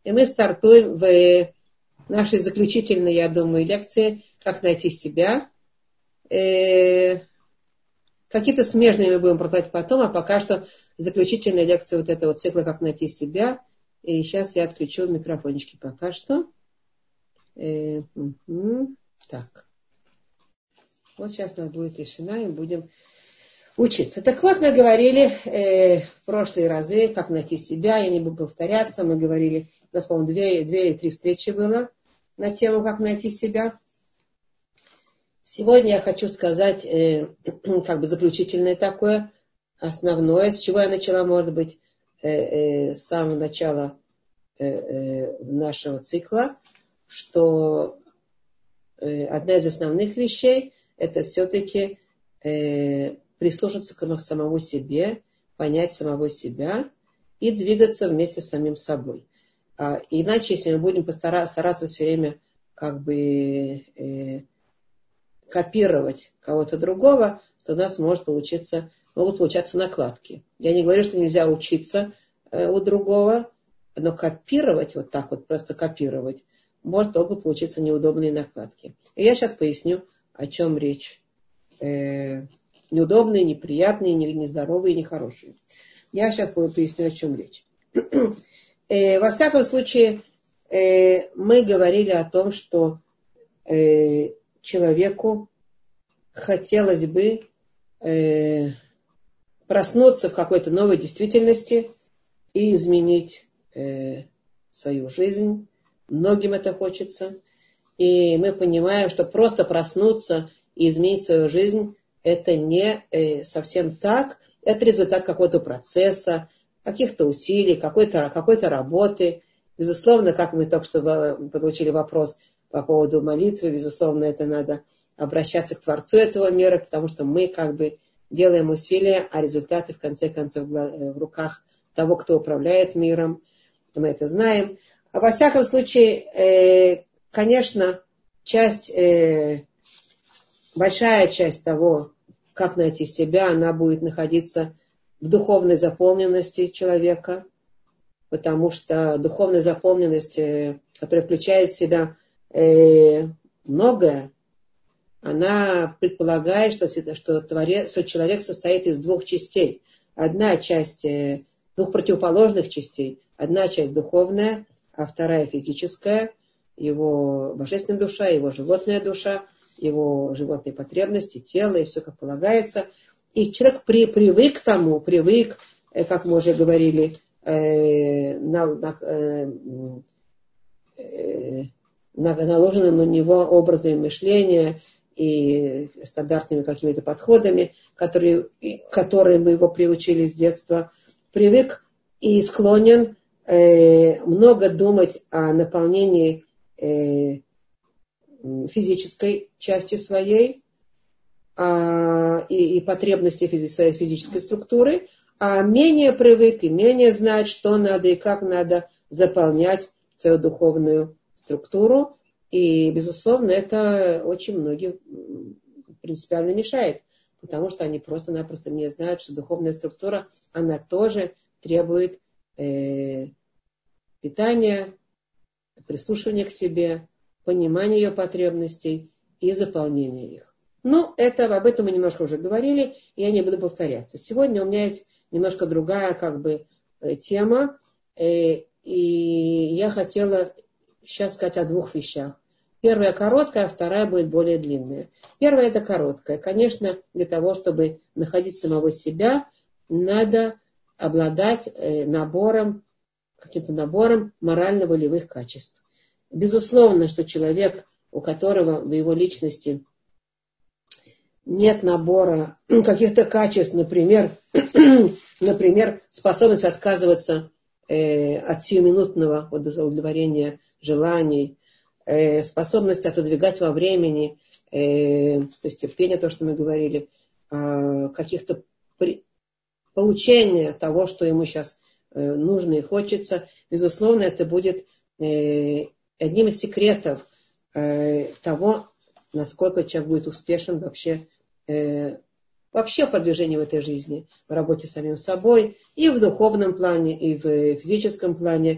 И мы стартуем в нашей заключительной, я думаю, лекции «Как найти себя». Какие-то смежные мы будем продавать потом, а пока что заключительная лекция вот этого цикла «Как найти себя». И сейчас я отключу микрофончики пока что. Так. Вот сейчас у нас будет тишина, и будем учиться. Так вот, мы говорили в прошлые разы, как найти себя. Я не буду повторяться. Мы говорили, у нас, по-моему, 2 или 3 встречи было на тему, как найти себя. Сегодня я хочу сказать, как бы заключительное такое, основное, с чего я начала, может быть, с самого начала нашего цикла, что одна из основных вещей – это все-таки прислушаться к самому себе, понять самого себя и двигаться вместе с самим собой. Иначе, если мы будем стараться все время как бы копировать кого-то другого, то у нас могут получаться накладки. Я не говорю, что нельзя учиться у другого, но копировать, вот так вот просто копировать, может только получиться неудобные накладки. И я сейчас поясню, о чем речь. Неудобные, неприятные, нездоровые, нехорошие. Я сейчас поясню, о чем речь. Во всяком случае, мы говорили о том, что человеку хотелось бы проснуться в какой-то новой действительности и изменить свою жизнь. Многим это хочется. И мы понимаем, что просто проснуться и изменить свою жизнь – это не совсем так. Это результат какого-то процесса, каких-то усилий, какой-то работы. Безусловно, как мы только что получили вопрос по поводу молитвы, безусловно, это надо обращаться к Творцу этого мира, потому что мы как бы делаем усилия, а результаты в конце концов в руках того, кто управляет миром. Мы это знаем. А во всяком случае, конечно, большая часть того, как найти себя, она будет находиться в духовной заполненности человека, потому что духовная заполненность, которая включает в себя многое, она предполагает, что человек состоит из 2 частей. Одна часть, 2 противоположных частей. Одна часть духовная, а вторая физическая. Его божественная душа, его животная душа, его животные потребности, тело и все как полагается. И человек привык к тому, как мы уже говорили, наложенным на него образами мышления и стандартными какими-то подходами, которые мы его приучили с детства, привык и склонен много думать о наполнении физической части своей и потребностей своей физической структуры, а менее привык и менее знает, что надо и как надо заполнять свою духовную структуру. И, безусловно, это очень многим принципиально мешает, потому что они просто-напросто не знают, что духовная структура, она тоже требует питания, прислушивания к себе, понимания ее потребностей и заполнения их. Ну, об этом мы немножко уже говорили, и я не буду повторяться. Сегодня у меня есть немножко другая тема, и я хотела сейчас сказать о 2 вещах. Первая короткая, а вторая будет более длинная. Первая это короткая. Конечно, для того, чтобы находить самого себя, надо обладать каким-то набором морально-волевых качеств. Безусловно, что человек, у которого в его личности нет набора каких-то качеств, например, способность отказываться от сиюминутного удовлетворения желаний, способность отодвигать во времени, то есть терпение, то, что мы говорили, каких-то получения того, что ему сейчас нужно и хочется. Безусловно, это будет одним из секретов того, насколько человек будет успешен вообще в продвижении в этой жизни, в работе с самим собой, и в духовном плане, и в физическом плане.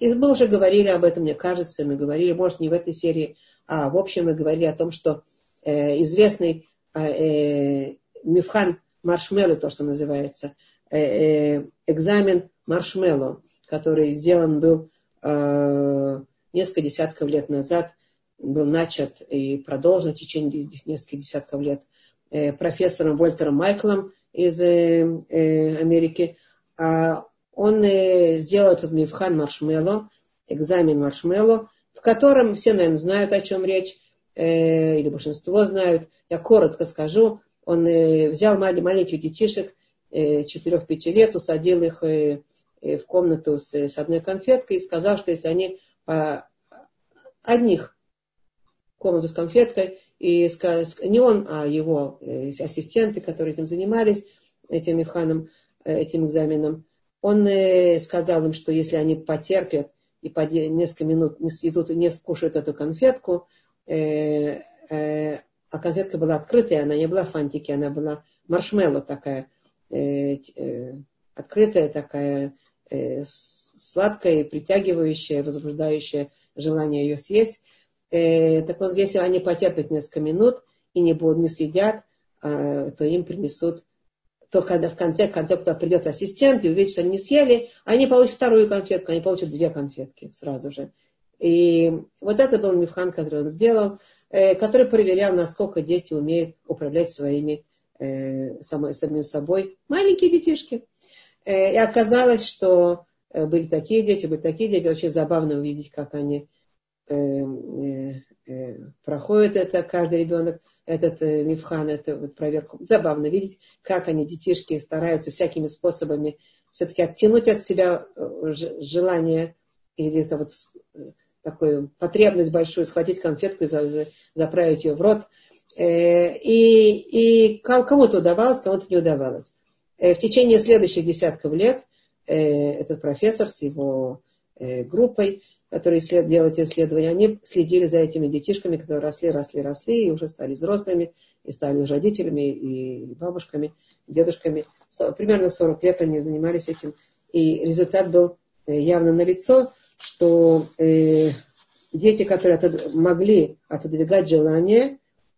И мы уже говорили об этом, мне кажется, мы говорили, может, не в этой серии, а в общем мы говорили о том, что известный Мивхан Маршмелло, то, что называется, экзамен Маршмелло, который сделан был несколько десятков лет назад, был начат и продолжен в течение нескольких десятков лет профессором Вольтером Майклом из Америки. Он сделал этот Мивхан Маршмелло, экзамен Маршмелло, в котором все, наверное, знают, о чем речь, или большинство знают. Я коротко скажу. Он взял маленьких детишек 4-5 лет, усадил их в комнату с одной конфеткой и сказал, что если они одних комнату с конфеткой, и не он, а его ассистенты, которые этим занимались, этим мивханом, этим экзаменом, он сказал им, что если они потерпят и по несколько минут не съедут и не скушают эту конфетку, а конфетка была открытая, она не была фантики, она была маршмелло такая, открытая такая, сладкая, притягивающая, возбуждающая желание ее съесть. Так вот, если они потерпят несколько минут и не съедят, то им принесут, то когда в конце концов придет ассистент и увидит, что они не съели, они получат вторую конфетку, они получат 2 конфетки сразу же. И вот это был мивхан, который он сделал, который проверял, насколько дети умеют управлять самим собой. Маленькие детишки. И оказалось, что были такие дети. Очень забавно увидеть, как они проходят это, каждый ребенок, этот мивхан, эту проверку. Забавно видеть, как они, детишки, стараются всякими способами все-таки оттянуть от себя желание или это вот такую потребность большую, схватить конфетку и заправить ее в рот. И кому-то удавалось, кому-то не удавалось. В течение следующих десятков лет этот профессор с его группой, которые делают исследования, они следили за этими детишками, которые росли, и уже стали взрослыми, и стали уже родителями, и бабушками, и дедушками. Примерно 40 лет они занимались этим. И результат был явно налицо, что дети, которые могли отодвигать желание,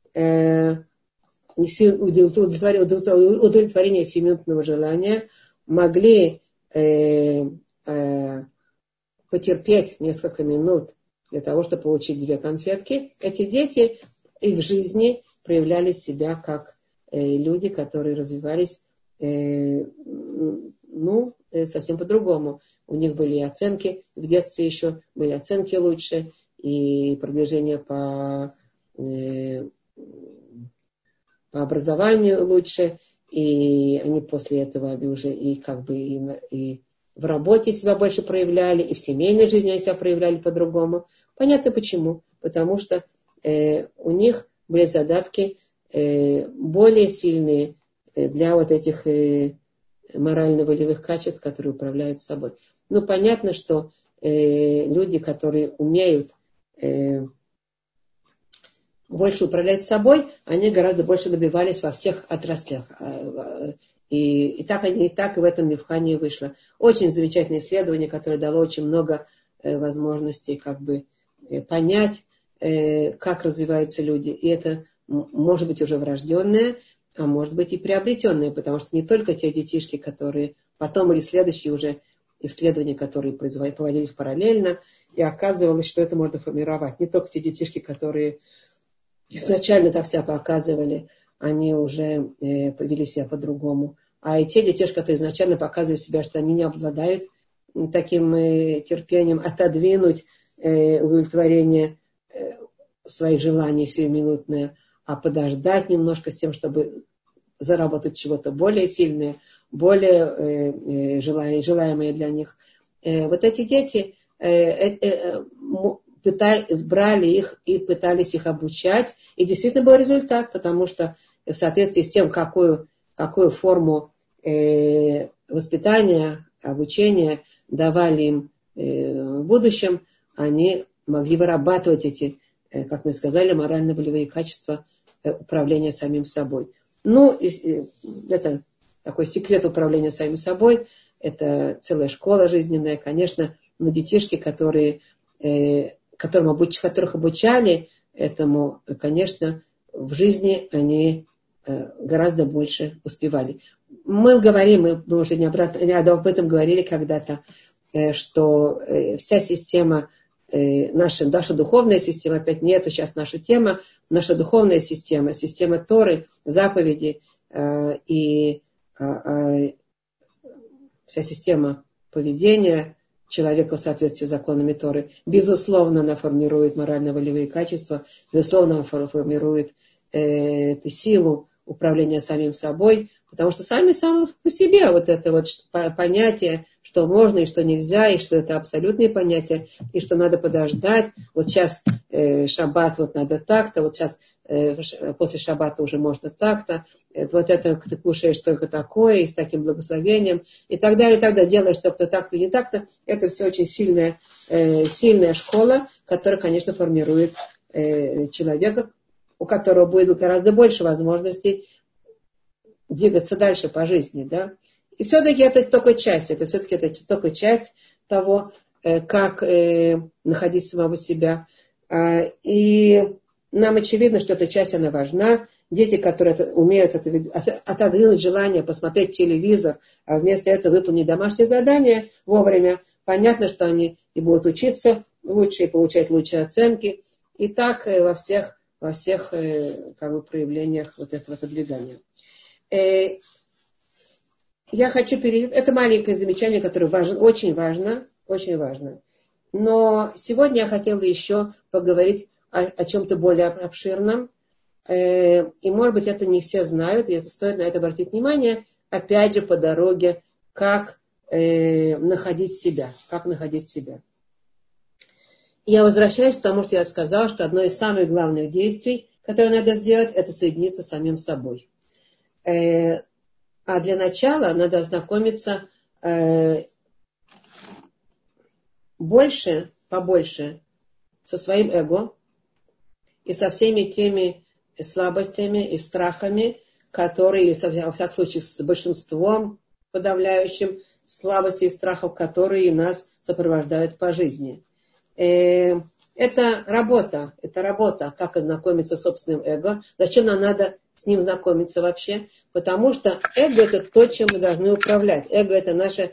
удовлетворение 7-минутного желания, могли потерпеть несколько минут для того, чтобы получить 2 конфетки. Эти дети и в жизни проявляли себя как люди, которые развивались совсем по-другому. У них были оценки, в детстве еще были оценки лучше, и продвижение по образованию лучше, и они после этого уже и в работе себя больше проявляли, и в семейной жизни они себя проявляли по-другому. Понятно почему. Потому что у них были задатки более сильные для вот этих морально-волевых качеств, которые управляют собой. Ну, понятно, что люди, которые умеют больше управлять собой, они гораздо больше добивались во всех отраслях. И так и в этом мивхане вышло. Очень замечательное исследование, которое дало очень много возможностей понять, как развиваются люди. И это может быть уже врожденное, а может быть и приобретенное, потому что не только те детишки, которые потом или следующие уже исследования, которые проводились параллельно, и оказывалось, что это можно формировать. Не только те детишки, которые изначально так себя показывали, они уже повели себя по-другому. А и те детишки, которые изначально показывают себя, что они не обладают таким терпением отодвинуть удовлетворение своих желаний сиюминутное, а подождать немножко с тем, чтобы заработать чего-то более сильное, более желаемое для них. Вот эти дети брали их и пытались их обучать, и действительно был результат, потому что в соответствии с тем, какую форму воспитания, обучения давали им в будущем, они могли вырабатывать эти, как мы сказали, морально-волевые качества управления самим собой. Ну, это такой секрет управления самим собой, это целая школа жизненная, конечно, но детишки, которых обучали этому, конечно, в жизни они гораздо больше успевали. Мы уже об этом говорили когда-то, что вся система, наша духовная система, опять не это сейчас наша тема, наша духовная система, система Торы, заповеди и вся система поведения человека в соответствии с законами Торы, безусловно, она формирует морально-волевые качества, безусловно, она формирует эту силу управления самим собой, потому что само по себе вот это вот понятие, что можно и что нельзя, и что это абсолютные понятия, и что надо подождать. Вот сейчас шаббат, вот надо так-то, вот сейчас после шаббата уже можно так-то, вот это ты кушаешь только такое, и с таким благословением, и так далее, и так далее. Делаешь что-то так-то, не так-то. Это все очень сильная школа, которая, конечно, формирует человека, у которого будет гораздо больше возможностей двигаться дальше по жизни, да. И все-таки это только часть, того, как находить самого себя. И нам очевидно, что эта часть, она важна. Дети, которые умеют отодвинуть желание посмотреть телевизор, а вместо этого выполнить домашнее задание вовремя, понятно, что они и будут учиться лучше, и получать лучшие оценки. И так во всех проявлениях вот этого отодвигания. Я хочу это маленькое замечание, которое очень важно. Но сегодня я хотела еще поговорить о чем-то более обширном. И, может быть, это не все знают, и стоит на это обратить внимание, опять же, по дороге, как находить себя. Я возвращаюсь к тому, что я сказала, что одно из самых главных действий, которое надо сделать, это соединиться с самим собой. А для начала надо ознакомиться побольше со своим эго и со всеми теми слабостями и страхами, которые, или во всяком случае с большинством подавляющим слабостей и страхов, которые нас сопровождают по жизни. Это работа, как ознакомиться с собственным эго. Зачем нам надо с ним знакомиться вообще? Потому что эго — это то, чем мы должны управлять. Эго — это наша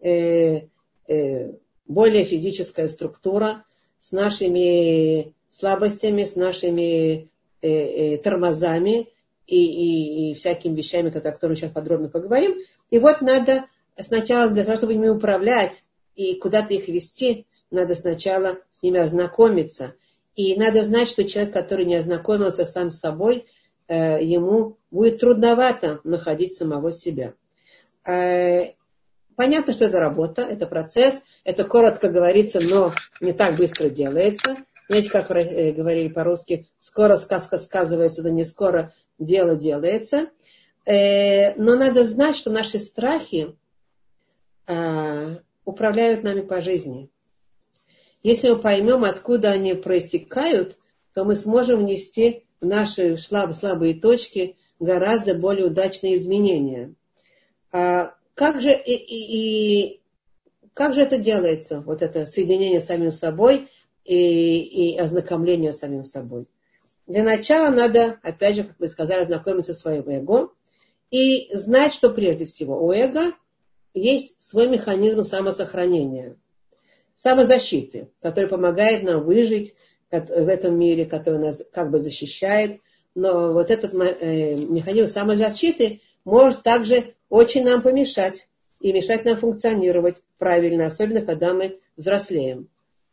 более физическая структура с нашими слабостями, с нашими тормозами и всякими вещами, о которых мы сейчас подробно поговорим. И вот надо сначала, для того, чтобы ими управлять и куда-то их вести, надо сначала с ними ознакомиться. И надо знать, что человек, который не ознакомился сам с собой, ему будет трудновато находить самого себя. Понятно, что это работа, это процесс, это коротко говорится, но не так быстро делается. Знаете, как говорили по-русски, скоро сказка сказывается, да не скоро дело делается. Но надо знать, что наши страхи управляют нами по жизни. Если мы поймем, откуда они проистекают, то мы сможем внести в наши слабые точки гораздо более удачные изменения. Как же это делается, вот это соединение с самим собой и ознакомление с самим собой? Для начала надо, опять же, как вы сказали, ознакомиться со своим эго и знать, что прежде всего у эго есть свой механизм самосохранения, самозащиты, который помогает нам выжить в этом мире, который нас как бы защищает. Но вот этот механизм самозащиты может также очень нам помешать и мешать нам функционировать правильно, особенно когда мы взрослеем.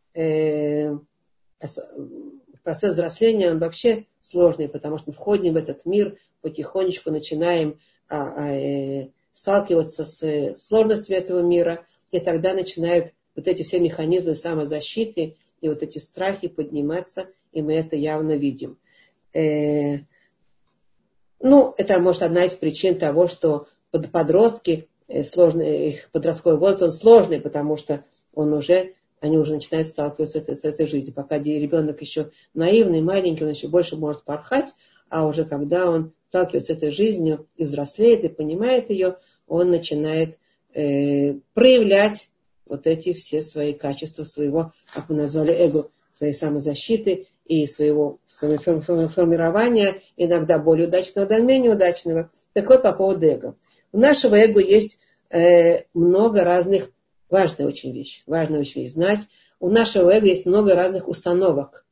Процесс взросления, он вообще сложный, потому что мы входим в этот мир, потихонечку начинаем сталкиваться с сложностями этого мира, и тогда начинают вот эти все механизмы самозащиты и вот эти страхи подниматься, и мы это явно видим. Это может одна из причин того, что подростки, их подростковый возраст, он сложный, потому что они уже начинают сталкиваться с этой жизнью. Пока ребенок еще наивный, маленький, он еще больше может порхать, а уже когда он сталкивается с этой жизнью и взрослеет, и понимает ее, он начинает проявлять вот эти все свои качества своего, как мы назвали, эго, своей самозащиты и своего формирования, иногда более удачного, да менее удачного. Так вот, по поводу эго. У нашего эго есть много разных, важная очень вещь знать. У нашего эго есть много разных установок.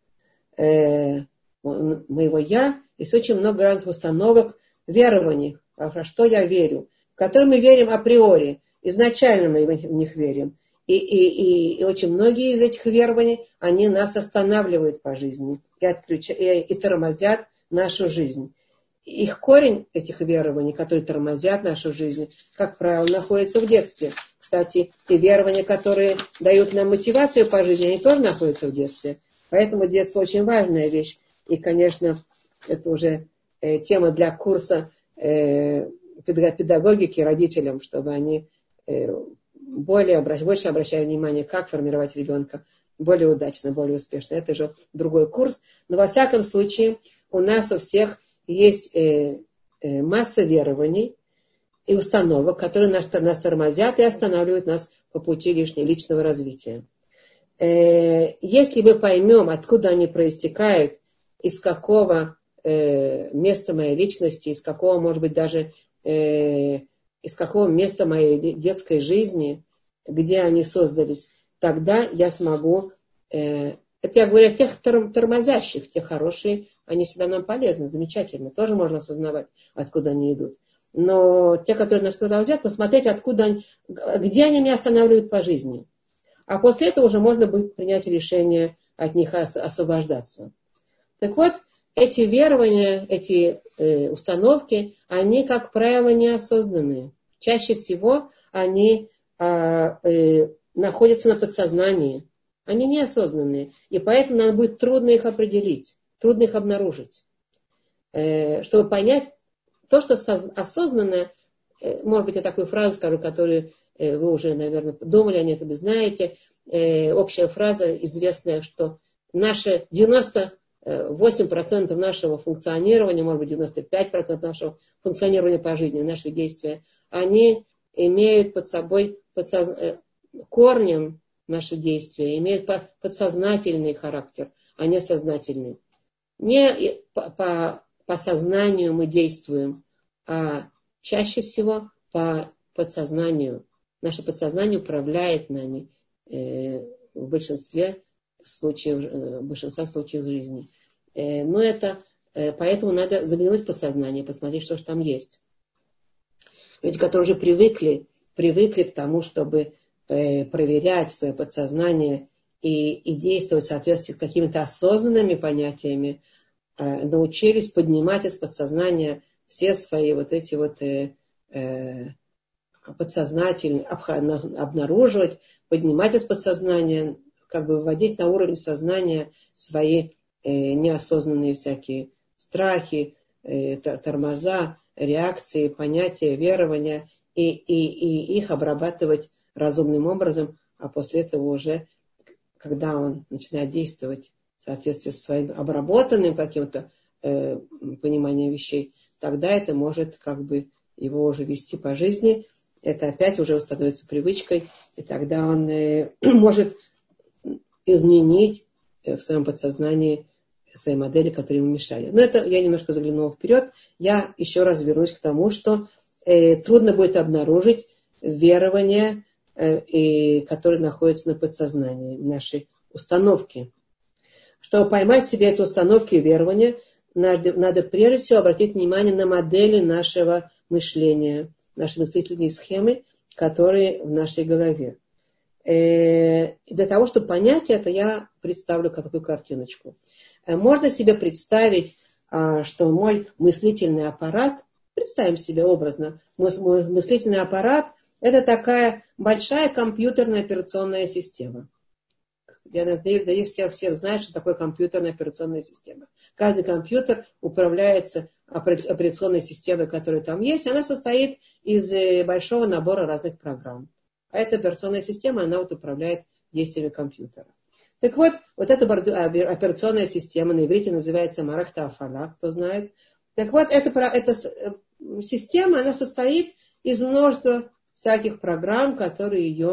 Моего я, есть очень много разных установок, верований, во что я верю, в которые мы верим априори. Изначально мы в них верим. И очень многие из этих верований, они нас останавливают по жизни и тормозят нашу жизнь. Их корень, этих верований, которые тормозят нашу жизнь, как правило, находится в детстве. Кстати, и верования, которые дают нам мотивацию по жизни, они тоже находятся в детстве. Поэтому детство очень важная вещь. И, конечно, это уже тема для курса педагогики родителям, чтобы они больше обращали внимание, как формировать ребенка более удачно, более успешно. Это же другой курс. Но во всяком случае у нас у всех есть масса верований и установок, которые нас тормозят и останавливают нас по пути личного развития. Если мы поймем, откуда они проистекают, из какого места моей личности, из какого, может быть, даже из какого места моей детской жизни, где они создались, тогда я смогу... это я говорю о тех тормозящих, те хорошие, они всегда нам полезны, замечательно. Тоже можно осознавать, откуда они идут. Но те, которые нас туда взят, посмотреть, откуда они, где они меня останавливают по жизни. А после этого уже можно будет принять решение от них освобождаться. Так вот, эти верования, эти установки, они, как правило, неосознанные. Чаще всего они находятся на подсознании. Они неосознанные. И поэтому нам будет трудно их определить, трудно их обнаружить. Чтобы понять то, что осознанное, может быть, я такую фразу скажу, которую вы уже, наверное, думали о ней, это вы знаете. Общая фраза известная, что наши 98% нашего функционирования, может быть, 95% нашего функционирования по жизни, наши действия, они имеют под собой корнем наши действия, имеют подсознательный характер, а не сознательный. Не по сознанию мы действуем, а чаще всего по подсознанию. Наше подсознание управляет нами в большинстве случаев жизни. Но поэтому надо заглянуть в подсознание, посмотреть, что же там есть. Люди, которые уже привыкли к тому, чтобы проверять свое подсознание и действовать в соответствии с какими-то осознанными понятиями, научились поднимать из подсознания все свои вот эти вот подсознательные, обнаруживать, поднимать из подсознания, как бы вводить на уровень сознания свои неосознанные всякие страхи, тормоза, реакции, понятия, верования, и их обрабатывать разумным образом, а после этого уже, когда он начинает действовать в соответствии со своим обработанным каким-то пониманием вещей, тогда это может как бы его уже вести по жизни. Это опять уже становится привычкой, и тогда он может изменить в своем подсознании свои модели, которые ему мешали. Но это я немножко заглянула вперед. Я еще раз вернусь к тому, что трудно будет обнаружить верования, которые находятся на подсознании, наши установки. Чтобы поймать в себе эти установки и верования, надо прежде всего обратить внимание на модели нашего мышления, наши мыслительные схемы, которые в нашей голове. И для того, чтобы понять это, я представлю такую картиночку. Можно себе представить, что мой мыслительный аппарат, представим себе образно, мой мыслительный аппарат — это такая большая компьютерная операционная система. Я надеюсь, все знают, что такое компьютерная операционная система. Каждый компьютер управляется операционной системой, которая там есть. Она состоит из большого набора разных программ. А эта операционная система, она вот управляет действиями компьютера. Так вот, вот эта операционная система на иврите называется Марахат ха-Апала, кто знает. Так вот, эта система, она состоит из множества всяких программ, которые ее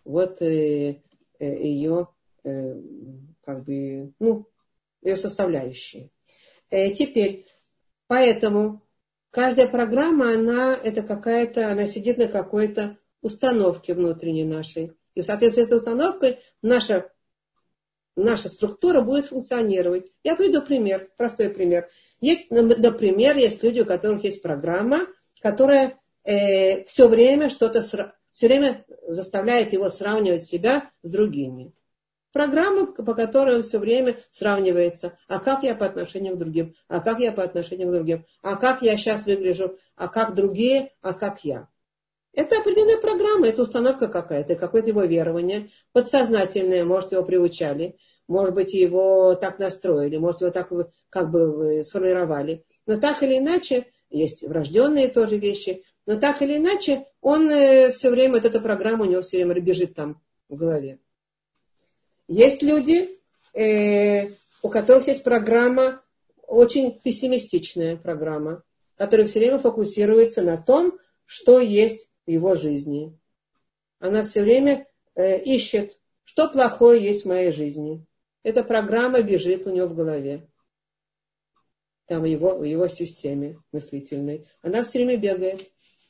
вот ее как бы, ну, ее составляющие. Теперь, поэтому каждая программа, она сидит на какой-то установке внутренней нашей. И в соответствии с этой установкой наша структура будет функционировать. Я приведу пример, простой пример. Например, есть люди, у которых есть программа, которая все время заставляет его сравнивать себя с другими. Программа, по которой он все время сравнивается. А как я по отношению к другим? А как я по отношению к другим? А как я сейчас выгляжу? А как другие? А как я? Это определенная программа, это установка какая-то, какое-то его верование, подсознательное, может, его приучали, может быть, его так настроили, может, его так как бы сформировали. Но так или иначе, есть врожденные тоже вещи, но так или иначе, он все время, вот эта программа у него все время бежит там в голове. Есть люди, у которых есть программа, очень пессимистичная программа, которая все время фокусируется на том, что есть в его жизни. Она все время ищет, что плохое есть в моей жизни. Эта программа бежит у него в голове, там в его системе мыслительной. Она все время бегает.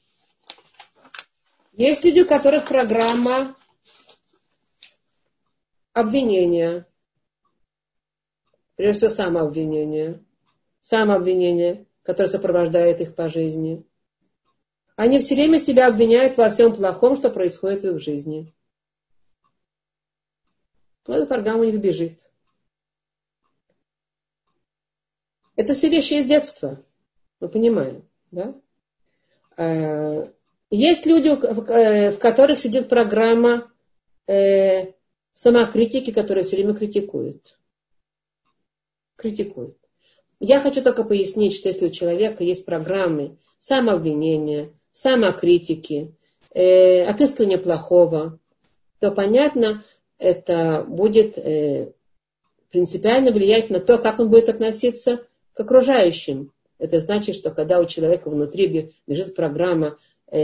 Есть люди, у которых программа обвинения. Прежде всего, самообвинение, которое сопровождает их по жизни. Они все время себя обвиняют во всем плохом, что происходит в их жизни. Эта программа у них бежит. Это все вещи из детства. Мы понимаем, да? Есть люди, в которых сидит программа самокритики, которые все время критикуют. Я хочу только пояснить, что если у человека есть программы самообвинения, самокритики, отыскивания плохого, то, понятно, это будет принципиально влиять на то, как он будет относиться к окружающим. Это значит, что когда у человека внутри бежит программа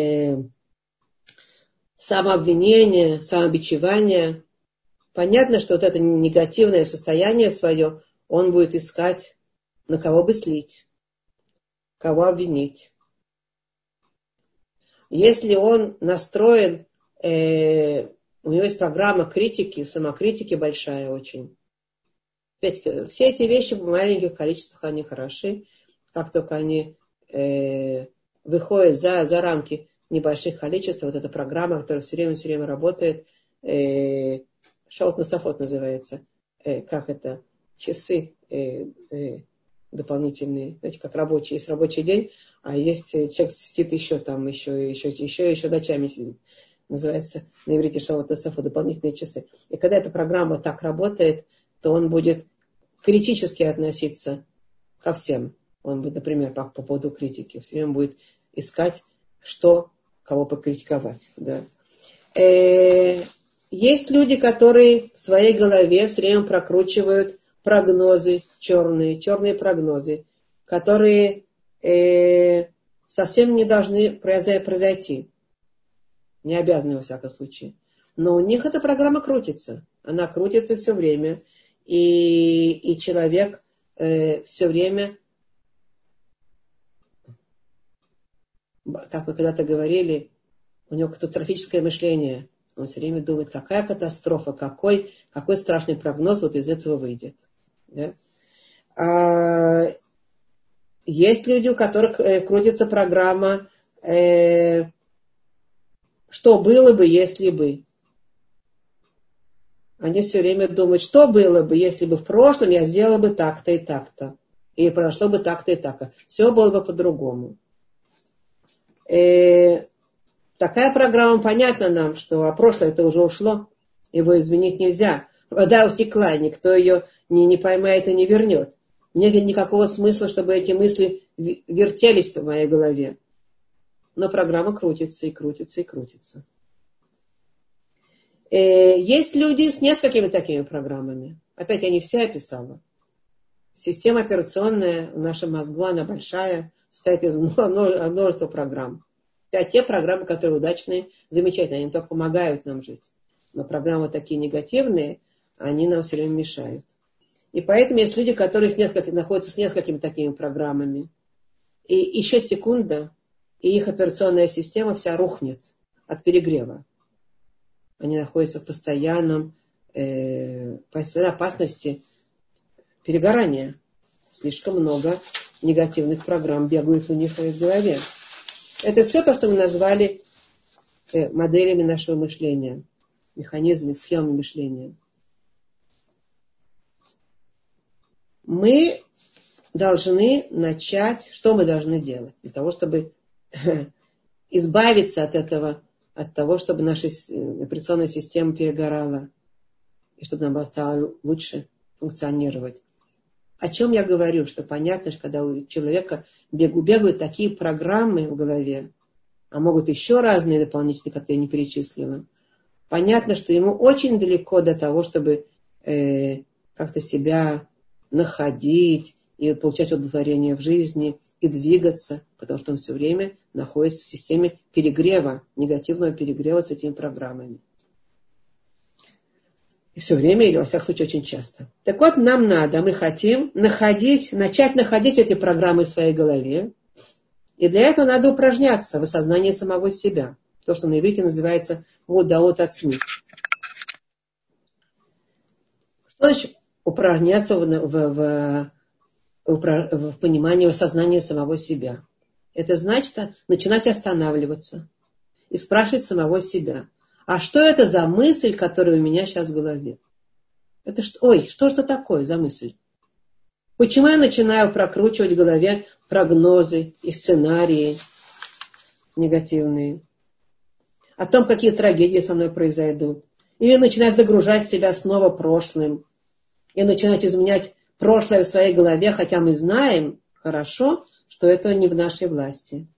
самообвинения, самобичевания, понятно, что вот это негативное состояние свое он будет искать, на кого бы слить, кого обвинить. Если он настроен, у него есть программа критики, самокритики большая очень. Опять, все эти вещи в маленьких количествах, они хороши. Как только они выходят за рамки небольших количеств, вот эта программа, которая все время работает, шаут насафот называется, как это, часы дополнительные, знаете, как рабочий, есть рабочий день, а есть человек сидит еще ночами сидит. Называется на иврите шаут насафот, дополнительные часы. И когда эта программа так работает, то он будет критически относиться ко всем. Он будет, например, по поводу критики, все время будет искать, кого покритиковать. Да. Есть люди, которые в своей голове все время прокручивают прогнозы черные прогнозы, которые совсем не должны произойти. Не обязаны, во всяком случае. Но у них эта программа крутится. Она крутится все время. И человек все время, как мы когда-то говорили, у него катастрофическое мышление. Он все время думает, какая катастрофа, какой страшный прогноз вот из этого выйдет. Да? Есть люди, у которых крутится программа, что было бы, если бы. Они все время думают, что было бы, если бы в прошлом я сделала бы так-то и так-то. И произошло бы так-то и так-то. Все было бы по-другому. Такая программа, понятна нам, что прошлое это уже ушло. Его изменить нельзя. Вода утекла, никто ее не поймает и не вернет. Нет никакого смысла, чтобы эти мысли вертелись в моей голове. Но программа крутится и крутится и крутится. Есть люди с несколькими такими программами. Опять я не все описала. Система операционная в нашем мозгу, она большая, состоит из множества программ. Это те программы, которые удачные, замечательные, они только помогают нам жить. Но программы такие негативные, они нам все время мешают. И поэтому есть люди, которые находятся с несколькими такими программами. И еще секунда, и их операционная система вся рухнет от перегрева. Они находятся в постоянной опасности перегорания. Слишком много негативных программ бегают у них в голове. Это все то, что мы назвали моделями нашего мышления, механизмами, схемами мышления. Мы должны начать, что мы должны делать для того, чтобы избавиться от этого, от того, чтобы наша операционная система перегорала, и чтобы нам стало лучше функционировать. О чем я говорю? Что понятно, что когда у человека бегают такие программы в голове, а могут еще разные дополнительные, которые я не перечислила, понятно, что ему очень далеко до того, чтобы как-то себя находить и получать удовлетворение в жизни и двигаться, потому что он все время находится в системе перегрева, негативного перегрева с этими программами. И все время, или во всяком случае очень часто. Так вот, нам надо, мы хотим начать находить эти программы в своей голове. И для этого надо упражняться в осознании самого себя. То, что на иврите называется мудаот ацми. Что значит упражняться в понимании, в осознании самого себя? Это значит начинать останавливаться и спрашивать самого себя. А что это за мысль, которая у меня сейчас в голове? Это что же это такое за мысль? Почему я начинаю прокручивать в голове прогнозы и сценарии негативные? О том, какие трагедии со мной произойдут. Или начинать загружать себя снова прошлым. И начинать изменять прошлое в своей голове, хотя мы знаем хорошо, что это не в нашей власти.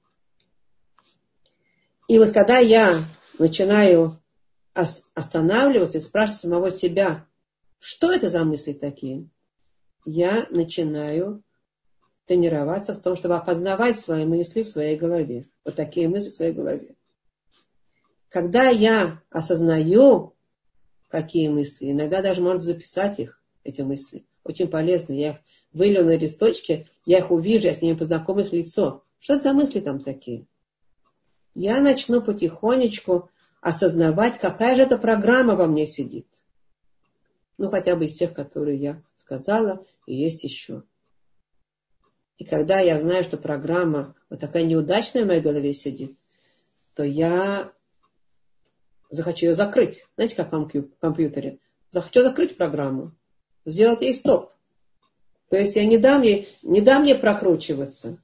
И вот когда я начинаю останавливаться и спрашивать самого себя, что это за мысли такие, я начинаю тренироваться в том, чтобы опознавать свои мысли в своей голове. Вот такие мысли в своей голове. Когда я осознаю, какие мысли, иногда даже можно записать их, эти мысли. Очень полезно. Я их вылью на листочке, я их увижу, я с ними познакомлюсь в лицо. Что это за мысли там такие? Я начну потихонечку осознавать, какая же эта программа во мне сидит. Ну, хотя бы из тех, которые я сказала, и есть еще. И когда я знаю, что программа вот такая неудачная в моей голове сидит, то я захочу ее закрыть. Знаете, как в компьютере? Захочу закрыть программу, сделать ей стоп. То есть я не дам ей прокручиваться.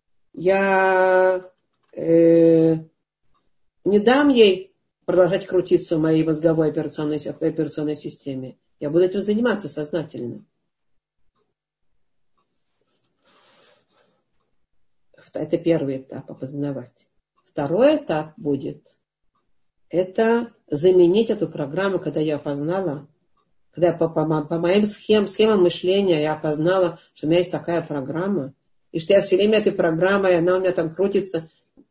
Я не дам ей продолжать крутиться в моей мозговой операционной системе. Я буду этим заниматься сознательно. Это первый этап, опознавать. Второй этап будет, это заменить эту программу, когда я опознала, когда я по моим схемам мышления я опознала, что у меня есть такая программа, и что я все время этой программой, она у меня там крутится,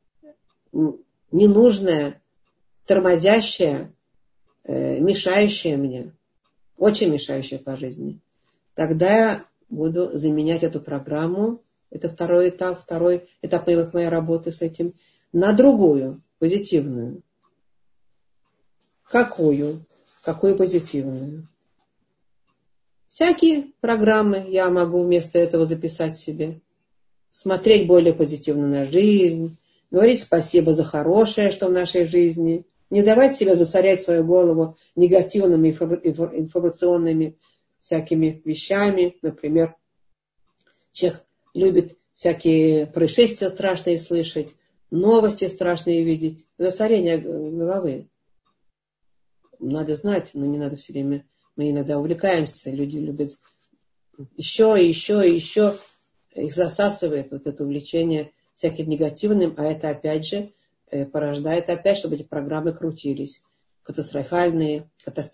ненужная, тормозящая, мешающая мне, очень мешающая по жизни. Тогда я буду заменять эту программу, это второй этап моей работы с этим, на другую, позитивную. Какую? Какую позитивную? Всякие программы я могу вместо этого записать себе. Смотреть более позитивно на жизнь, говорить спасибо за хорошее, что в нашей жизни, не давать себе засорять свою голову негативными информационными всякими вещами. Например, человек любит всякие происшествия страшные слышать, новости страшные видеть, засорение головы. Надо знать, но не надо все время. Мы иногда увлекаемся, люди любят еще и еще и еще. Их засасывает вот это увлечение всяким негативным, а это опять же порождает опять, чтобы эти программы крутились. Катастрофальные,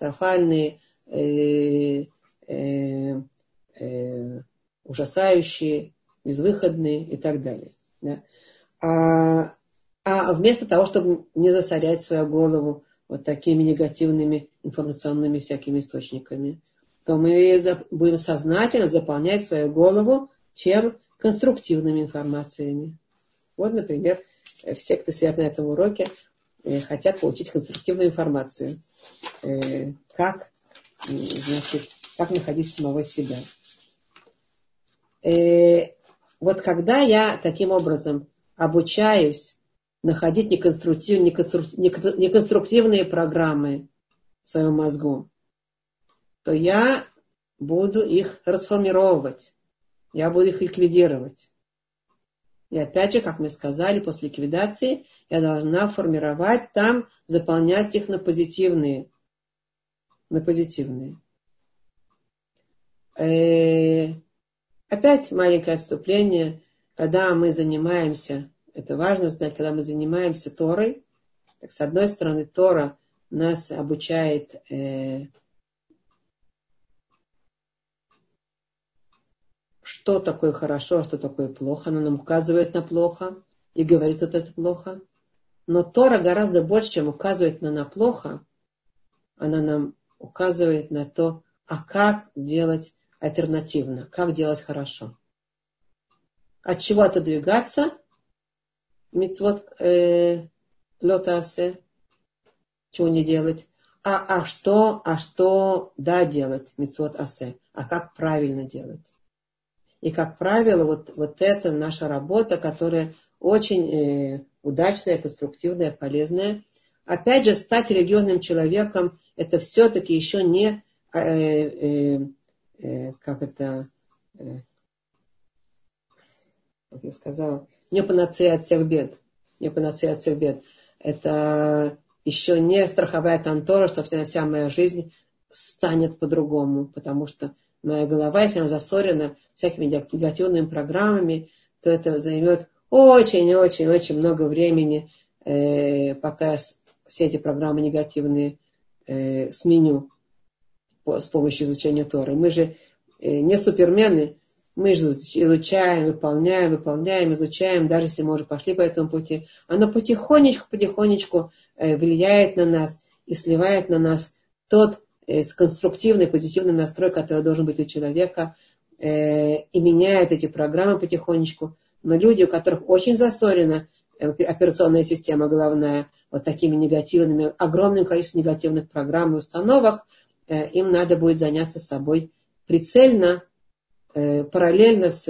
ужасающие, безвыходные и так далее. Да? А вместо того, чтобы не засорять свою голову вот такими негативными информационными всякими источниками, то мы будем сознательно заполнять свою голову чем? Конструктивными информациями. Вот, например, все, кто сидят на этом уроке, хотят получить конструктивную информацию. Как находить самого себя. Вот когда я таким образом обучаюсь находить неконструктивные программы в своем мозгу, то я буду их расформировать, я буду их ликвидировать. И опять же, как мы сказали, после ликвидации я должна формировать там, заполнять их на позитивные. Опять маленькое отступление. Когда мы занимаемся, это важно знать, когда мы занимаемся Торой, так с одной стороны Тора нас обучает что такое хорошо, а что такое плохо. Она нам указывает на плохо и говорит, вот это плохо. Но Тора гораздо больше, чем указывает на плохо, она нам указывает на то, а как делать альтернативно, как делать хорошо. От чего отодвигаться? Мицвот лотасе. Чего не делать? А что да делать? Мицвот асе. А как правильно делать? И, как правило, вот это наша работа, которая очень удачная, конструктивная, полезная. Опять же, стать религиозным человеком, это все-таки еще не, как я сказала, не панацея от всех бед. Не панацея от всех бед. Это еще не страховая контора, что вся моя жизнь станет по-другому, потому что моя голова, если она засорена всякими негативными программами, то это займет очень-очень-очень много времени, пока я все эти программы негативные сменю с помощью изучения Торы. Мы же не супермены, мы же изучаем, выполняем, изучаем, даже если мы уже пошли по этому пути. Оно потихонечку влияет на нас и сливает на нас тот конструктивный, позитивный настрой, который должен быть у человека, и меняет эти программы потихонечку. Но люди, у которых очень засорена операционная система головная, вот такими негативными, огромным количеством негативных программ и установок, им надо будет заняться собой прицельно, параллельно с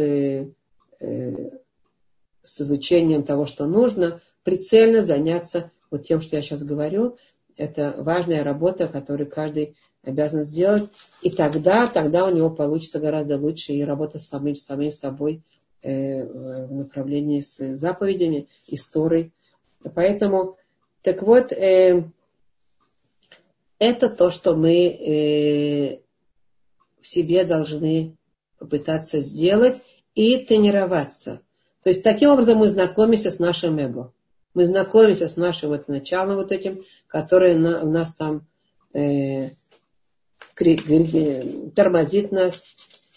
изучением того, что нужно, прицельно заняться вот тем, что я сейчас говорю. Это важная работа, которую каждый обязан сделать. И тогда у него получится гораздо лучше и работа с самим собой в направлении с заповедями и с Торой. Поэтому, так вот, это то, что мы в себе должны попытаться сделать и тренироваться. То есть, таким образом мы знакомимся с нашим эго. Мы знакомимся с нашим началом вот этим, которое у нас там тормозит нас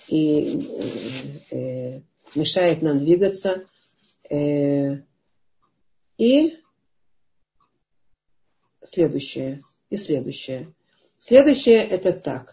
и мешает нам двигаться. И следующее. Следующее это так.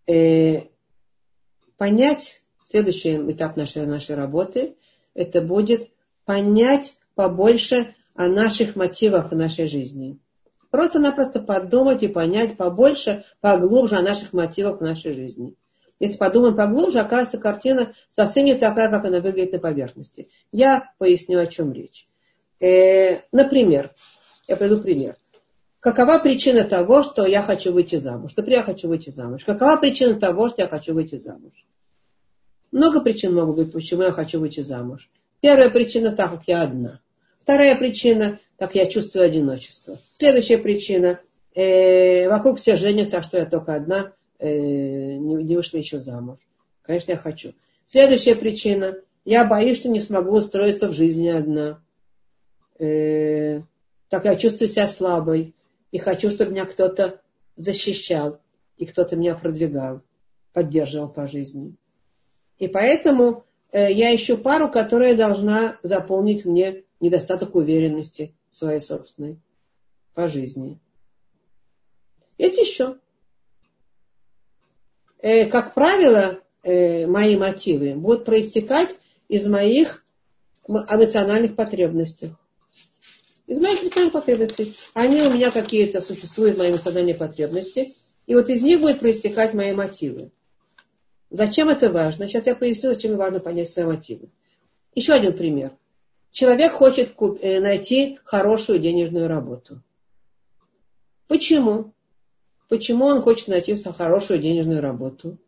Понять, следующий этап нашей работы, это будет понять побольше о наших мотивах в нашей жизни. Просто-напросто подумать и понять побольше, поглубже о наших мотивах в нашей жизни. Если подумаем поглубже, окажется картина совсем не такая, как она выглядит на поверхности. Я поясню, о чем речь. Например, я приведу пример. Какова причина того, что я хочу выйти замуж? Например, я хочу выйти замуж. Какова причина того, что я хочу выйти замуж? Много причин могут быть, почему я хочу выйти замуж. Первая причина, так как я одна. Вторая причина, так я чувствую одиночество. Следующая причина, вокруг все женятся, а что я только одна, не вышла еще замуж. Конечно, я хочу. Следующая причина, я боюсь, что не смогу устроиться в жизни одна. Так я чувствую себя слабой. И хочу, чтобы меня кто-то защищал. И кто-то меня продвигал, поддерживал по жизни. И поэтому я ищу пару, которая должна заполнить мне недостаток уверенности в своей собственной по жизни. Есть еще. Как правило, мои мотивы будут проистекать из моих эмоциональных потребностей. Из моих эмоциональных потребностей. Они у меня какие-то существуют, мои эмоциональные потребности. И вот из них будут проистекать мои мотивы. Зачем это важно? Сейчас я поясню, зачем важно понять свои мотивы. Еще один пример. Человек хочет найти хорошую денежную работу. Почему? Почему он хочет найти хорошую денежную работу?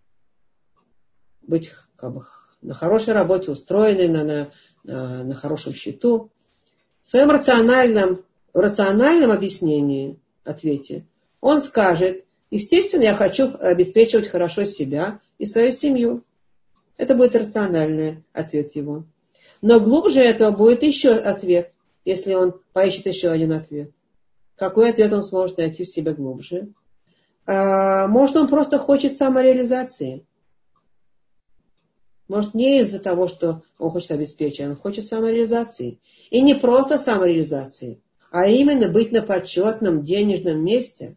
Быть на хорошей работе, устроенный на хорошем счету. В своем рациональном объяснении, ответе, он скажет, естественно, я хочу обеспечивать хорошо себя и свою семью. Это будет рациональный ответ его. Но глубже этого будет еще ответ, если он поищет еще один ответ. Какой ответ он сможет найти в себе глубже? Может, он просто хочет самореализации. Может, не из-за того, что он хочет обеспечить, он хочет самореализации. И не просто самореализации, а именно быть на почетном денежном месте.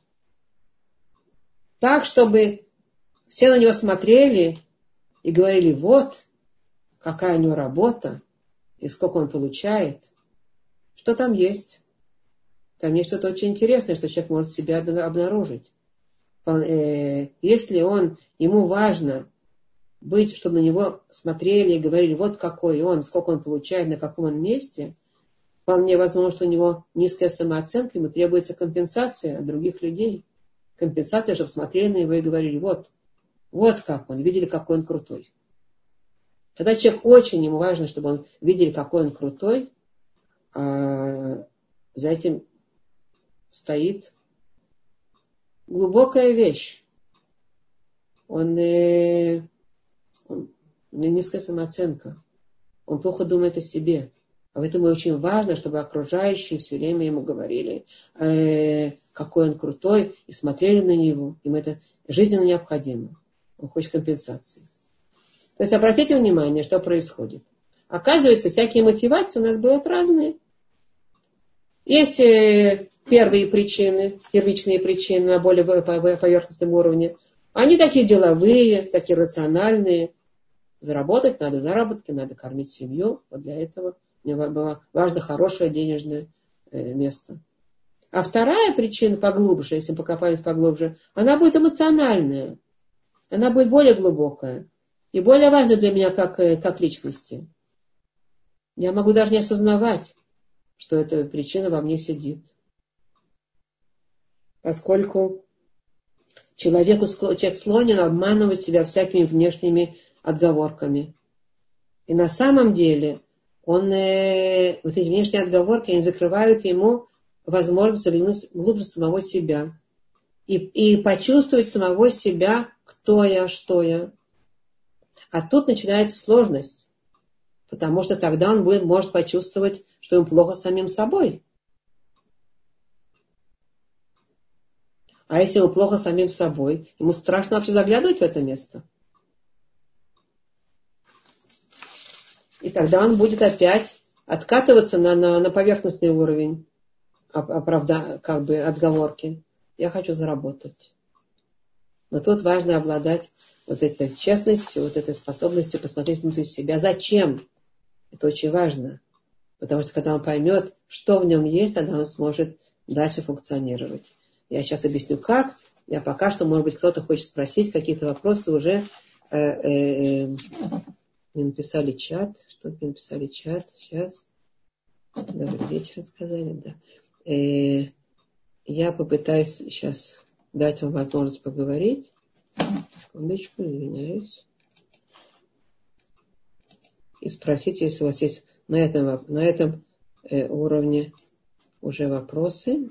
Так, чтобы все на него смотрели и говорили, вот, какая у него работа, и сколько он получает. Что там есть? Там есть что-то очень интересное, что человек может себя обнаружить. Если ему важно быть, чтобы на него смотрели и говорили, вот какой он, сколько он получает, на каком он месте, вполне возможно, что у него низкая самооценка, ему требуется компенсация от других людей. Компенсация, чтобы смотрели на него и говорили, вот как он, видели, какой он крутой. Когда человек очень ему важно, чтобы он видели, какой он крутой, за этим стоит глубокая вещь. У него низкая самооценка. Он плохо думает о себе. Поэтому очень важно, чтобы окружающие все время ему говорили, какой он крутой, и смотрели на него. Им это жизненно необходимо. Он хочет компенсации. То есть обратите внимание, что происходит. Оказывается, всякие мотивации у нас бывают разные. Есть первичные причины на более поверхностном уровне. Они такие деловые, такие рациональные. Заработать надо заработки, надо кормить семью. Вот для этого мне было важно хорошее денежное место. А вторая причина поглубже, если покопаемся поглубже, она будет эмоциональная. Она будет более глубокая. И более важна для меня как личности. Я могу даже не осознавать, что эта причина во мне сидит. Поскольку человек склонен обманывать себя всякими внешними отговорками. И на самом деле вот эти внешние отговорки, они закрывают ему возможность заглянуть глубже самого себя. И почувствовать самого себя, кто я, что я. А тут начинается сложность. Потому что тогда он может почувствовать, что ему плохо с самим собой. А если ему плохо с самим собой, ему страшно вообще заглядывать в это место. И тогда он будет опять откатываться на поверхностный уровень отговорки. Я хочу заработать. Но тут важно обладать вот этой честностью, вот этой способностью посмотреть внутрь себя. Зачем? Это очень важно. Потому что когда он поймет, что в нем есть, тогда он сможет дальше функционировать. Я сейчас объясню, как. Я пока что, может быть, кто-то хочет спросить какие-то вопросы уже. Мне написали чат. Что-то мне написали чат. Сейчас. Добрый вечер, сказали, да. Я попытаюсь сейчас дать вам возможность поговорить. Секундочку, извиняюсь. И спросить, если у вас есть на этом уровне уже вопросы.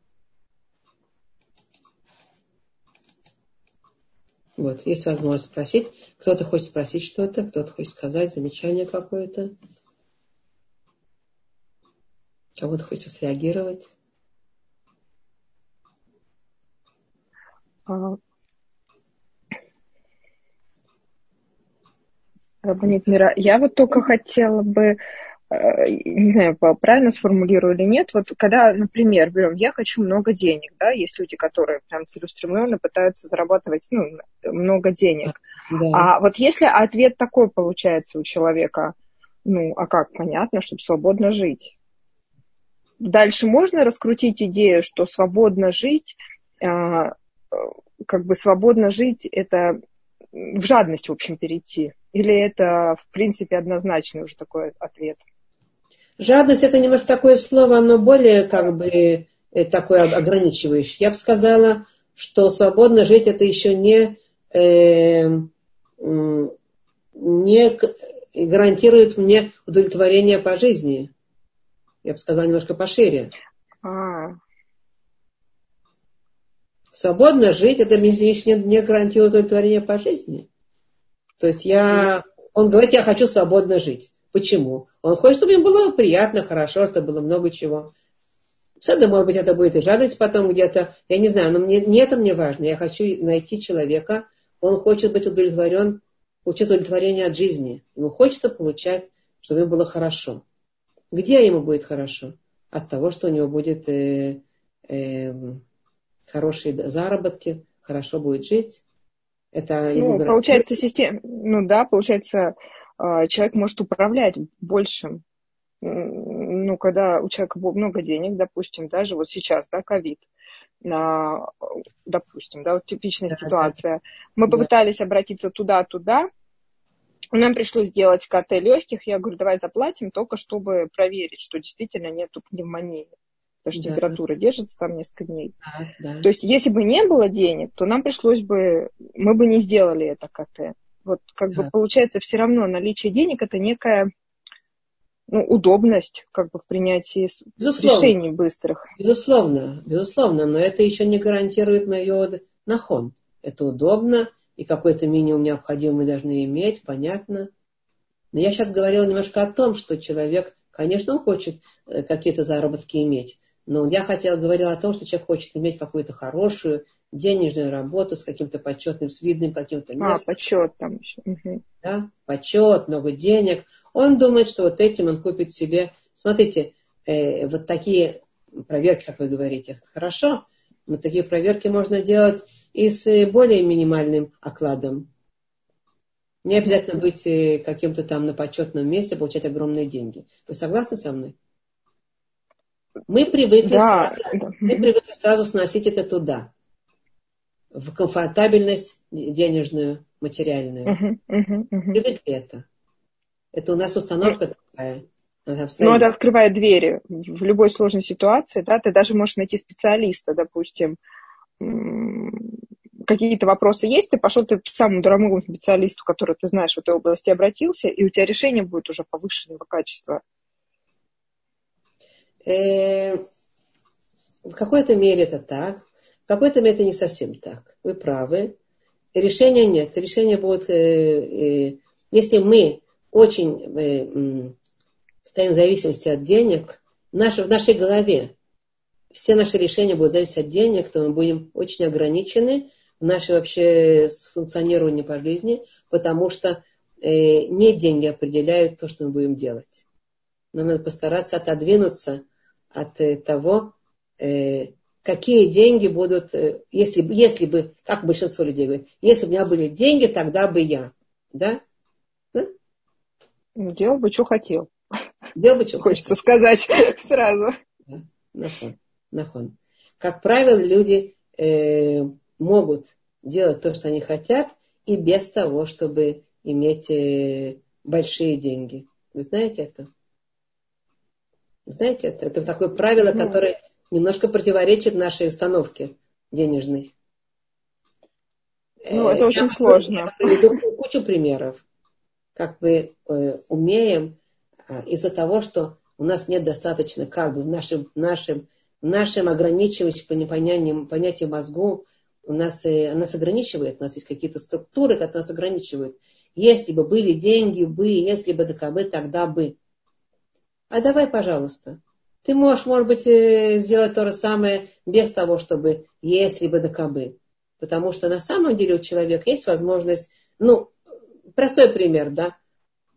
Вот, есть возможность спросить. Кто-то хочет спросить что-то, кто-то хочет сказать замечание какое-то. Кому-то хочется среагировать. Рабанит Мира, я вот только хотела бы не знаю, правильно сформулирую или нет, вот когда, например, берем, я хочу много денег, да, есть люди, которые прям целеустремленно пытаются зарабатывать, много денег. Да. А вот если ответ такой получается у человека, а как, понятно, чтобы свободно жить. Дальше можно раскрутить идею, что свободно жить, свободно жить, это в жадность, в общем, перейти? Или это, в принципе, однозначный уже такой ответ? Жадность — это немножко такое слово, оно более такое ограничивающее. Я бы сказала, что свободно жить — это еще не гарантирует мне удовлетворение по жизни. Я бы сказала немножко пошире. Свободно жить — это не гарантирует удовлетворение по жизни. То есть он говорит, я хочу свободно жить. Почему? Он хочет, чтобы им было приятно, хорошо, чтобы было много чего. Может быть, это будет и жадность потом где-то. Я не знаю, но не это мне важно. Я хочу найти человека, он хочет быть удовлетворен, получить удовлетворение от жизни. Ему хочется получать, чтобы ему было хорошо. Где ему будет хорошо? От того, что у него будет хорошие заработки, хорошо будет жить. Это ему получается, получается, человек может управлять большим. Когда у человека было много денег, допустим, даже вот сейчас, ковид, допустим, вот типичная ситуация. Мы попытались обратиться туда, нам пришлось сделать КТ легких. Я говорю, давай заплатим, только чтобы проверить, что действительно нету пневмонии. Потому что температура держится там несколько дней. То есть, если бы не было денег, то нам мы бы не сделали это КТ. Вот получается, все равно наличие денег — это некая удобность в принятии решений быстрых. Безусловно, но это еще не гарантирует мое нахон. Это удобно, и какой-то минимум необходимый мы должны иметь, понятно. Но я сейчас говорила немножко о том, что человек, конечно, он хочет какие-то заработки иметь, но я говорила о том, что человек хочет иметь какую-то хорошую денежную работу с каким-то почетным, с видным каким-то местом. Почет там еще. Угу. Да? Почет, много денег. Он думает, что вот этим он купит себе. Смотрите, вот такие проверки, как вы говорите, хорошо, но такие проверки можно делать и с более минимальным окладом. Не обязательно быть каким-то там на почетном месте, получать огромные деньги. Вы согласны со мной? Мы привыкли сразу сносить это туда, в комфортабельность денежную, материальную. Привыкли это. Это у нас установка такая. Это открывает двери в любой сложной ситуации. Да? Ты даже можешь найти специалиста, допустим. Какие-то вопросы есть, ты пошел к самому дорогому специалисту, который ты знаешь в этой области, обратился, и у тебя решение будет уже повышенного качества. В какой-то мере это так, в какой-то мере это не совсем так. Вы правы. Решения нет. Решения будут, если мы очень стоим в зависимости от денег, в нашей голове все наши решения будут зависеть от денег, то мы будем очень ограничены в нашем вообще функционировании по жизни, потому что не деньги определяют то, что мы будем делать. Нам надо постараться отодвинуться от того, какие деньги будут, если бы, как большинство людей говорят, если бы у меня были деньги, тогда бы я. Да? Делал бы, что хотел. Делал бы, что хочется сказать сразу. Нахон. Как правило, люди могут делать то, что они хотят, и без того, чтобы иметь большие деньги. Вы знаете это? Знаете это? Это такое правило, которое немножко противоречит нашей установке денежной. Это очень сложно. Я приведу кучу примеров. Как мы умеем из-за того, что у нас нет достаточно в нашем ограничивающем понятии мозгу, нас ограничивает, у нас есть какие-то структуры, которые нас ограничивают. Если бы были деньги, если бы тогда бы. А давай, пожалуйста. Ты можешь, может быть, сделать то же самое без того, чтобы если бы бы. Потому что на самом деле у человека есть возможность, простой пример, да.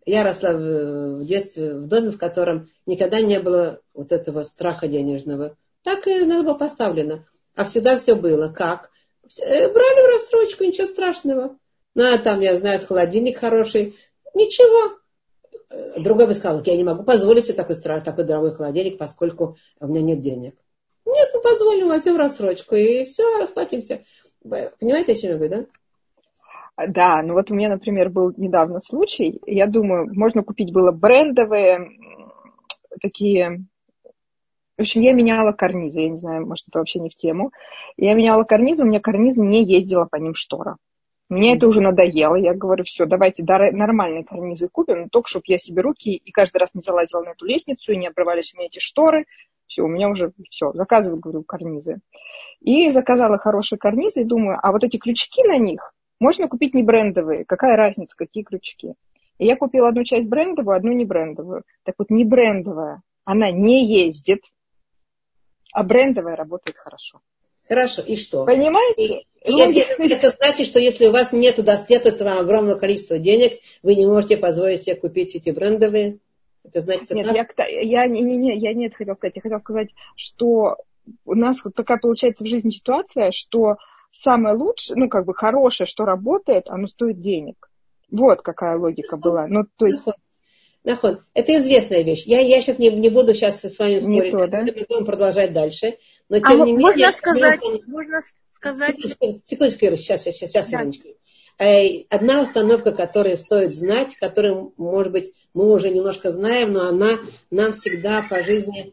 Я росла в детстве в доме, в котором никогда не было вот этого страха денежного. Так и надо было поставлено. А всегда все было. Как? Брали в рассрочку, ничего страшного. Ну, а там, я знаю, холодильник хороший. Ничего. Другой бы сказал, я не могу позволить себе такой дорогой холодильник, поскольку у меня нет денег. Нет, мы позволим, возьмем рассрочку, и все, расплатимся. Понимаете, о чем я говорю, да? Да, ну вот у меня, например, был недавно случай. Я думаю, можно купить было брендовые такие... В общем, я меняла карнизы. Я не знаю, может, это вообще не в тему. Я меняла карнизы, у меня карнизы не ездила по ним штора. Мне это уже надоело. Я говорю, все, давайте нормальные карнизы купим, только чтобы я себе руки и каждый раз не залазила на эту лестницу, и не обрывались у меня эти шторы. Все, у меня уже все, заказываю, говорю, карнизы. И заказала хорошие карнизы, и думаю, а вот эти крючки на них можно купить не брендовые. Какая разница, какие крючки? И я купила одну часть брендовую, одну не брендовую. Так вот, не брендовая, она не ездит, а брендовая работает хорошо. Хорошо, и что? Понимаете? Это значит, что если у вас нет там огромного количества денег, вы не можете позволить себе купить эти брендовые? Это значит, нет, так? я не это хотела сказать. Я хотела сказать, что у нас вот такая получается в жизни ситуация, что самое лучшее, ну, как бы хорошее, что работает, оно стоит денег. Вот какая логика была. Ну, то есть... Нахон. Это известная вещь. Я сейчас не буду сейчас с вами спорить. То, да? Мы будем продолжать дальше. Но тем не менее... Можно сказать... Секундочку, Ира, сейчас, да. Ириночка. Одна установка, которую стоит знать, которую, может быть, мы уже немножко знаем, но она нам всегда по жизни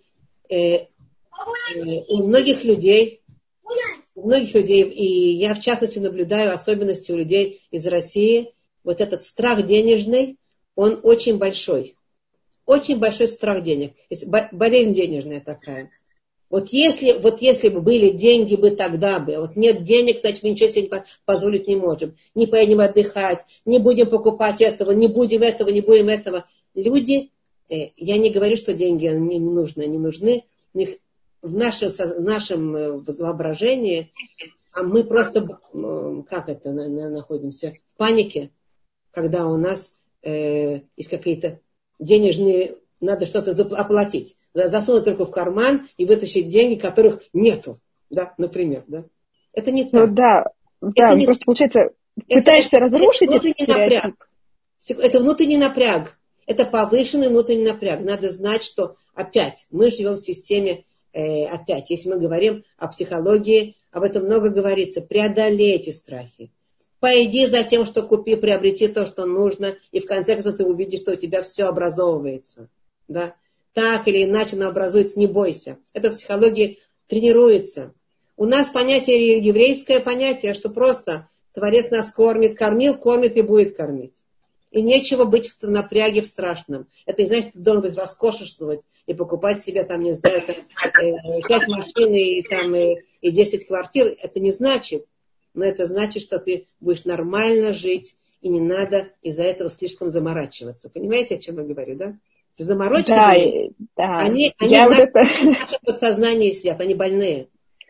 у многих людей, и я в частности наблюдаю особенности у людей из России, вот этот страх денежный, он очень большой. Очень большой страх денег. Болезнь денежная такая. Вот если бы были деньги бы тогда бы, вот нет денег, значит мы ничего себе позволить не можем. Не поедем отдыхать, не будем покупать этого, не будем этого. Люди, я не говорю, что деньги не нужны, они нужны. В нашем воображении, а мы просто, находимся в панике, когда у нас есть какие-то денежные, надо что-то оплатить. Засунуть руку в карман и вытащить деньги, которых нету, да, например, да. Это не так. Ну да, просто получается, пытаешься разрушить этот стереотип. Это внутренний напряг. Это повышенный внутренний напряг. Надо знать, что опять мы живем в системе, если мы говорим о психологии, об этом много говорится, преодолейте страхи. Пойди за тем, что приобрети то, что нужно, и в конце концов ты увидишь, что у тебя все образовывается. Да? Так или иначе, но образуется, не бойся. Это в психологии тренируется. У нас еврейское понятие, что просто Творец нас кормит, кормит и будет кормить. И нечего быть в напряге, в страшном. Это не значит, что ты должен быть роскошествовать и покупать себе, 5 машин и 10 квартир. Это не значит. Но это значит, что ты будешь нормально жить, и не надо из-за этого слишком заморачиваться. Понимаете, о чем я говорю, да? Заморочки, да. Они в нашем подсознании сидят, они больные.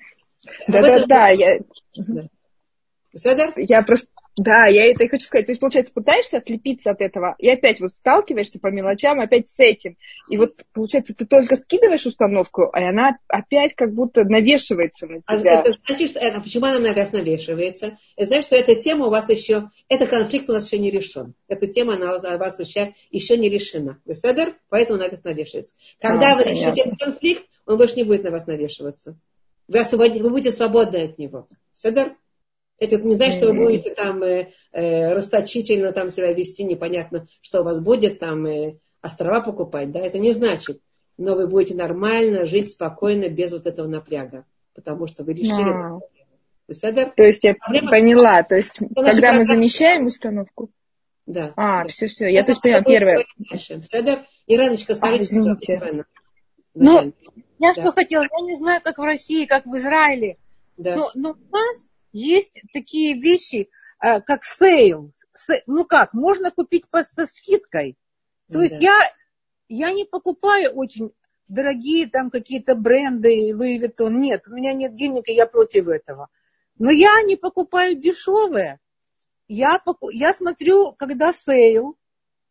Я это и хочу сказать. То есть, получается, пытаешься отлепиться от этого, и опять вот сталкиваешься по мелочам, опять с этим. И вот, получается, ты только скидываешь установку, а она опять как будто навешивается на тебя. Это значит, почему она на вас навешивается? Это значит, что эта тема у вас еще, этот конфликт у вас еще не решен. Эта тема, она у вас еще не решена. Поэтому она навешивается. Когда вы решите этот конфликт, он больше не будет на вас навешиваться. Вы будете свободны от него. Это не значит, что вы будете там расточительно там себя вести, непонятно, что у вас будет, там острова покупать, да, это не значит. Но вы будете нормально жить спокойно, без вот этого напряга, потому что вы решили. То есть я поняла, то есть когда мы замещаем установку. Да. Все, я то есть поняла первое. Ираночка, скажите. Извините. Я что хотела, я не знаю, как в России, как в Израиле, но у нас есть такие вещи, как сейл. Можно купить со скидкой. То есть я не покупаю очень дорогие там какие-то бренды, Louis Vuitton. Нет, у меня нет денег, и я против этого. Но я не покупаю дешевые. Я смотрю, когда сейл,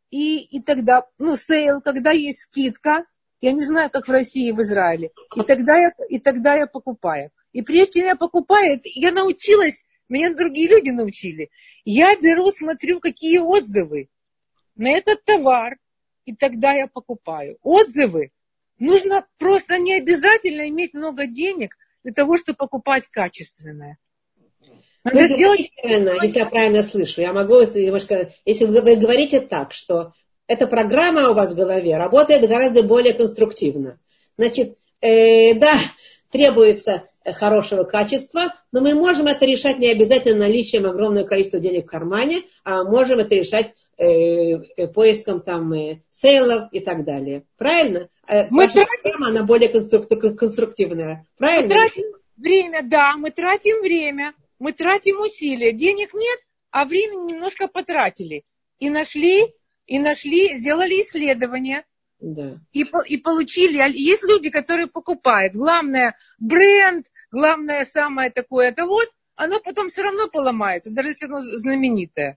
и тогда, сейл, когда есть скидка, я не знаю, как в России и в Израиле, и тогда я покупаю. И прежде чем я покупаю, я научилась, меня другие люди научили. Я беру, смотрю, какие отзывы на этот товар, и тогда я покупаю. Отзывы. Нужно просто не обязательно иметь много денег для того, чтобы покупать качественное. Вы говорите, если я правильно слышу, я могу немножко, если вы говорите так, что эта программа у вас в голове работает гораздо более конструктивно. Значит, да, требуется хорошего качества, но мы можем это решать не обязательно наличием огромного количества денег в кармане, а можем это решать поиском там сейлов и так далее. Правильно? Ваша программа, она более конструктивная. Правильно? Мы тратим время, да, мы тратим время, мы тратим усилия. Денег нет, а времени немножко потратили. И нашли, сделали исследования. Да. И получили. Есть люди, которые покупают. Главное бренд, главное самое такое, это вот, оно потом все равно поломается, даже если оно знаменитое.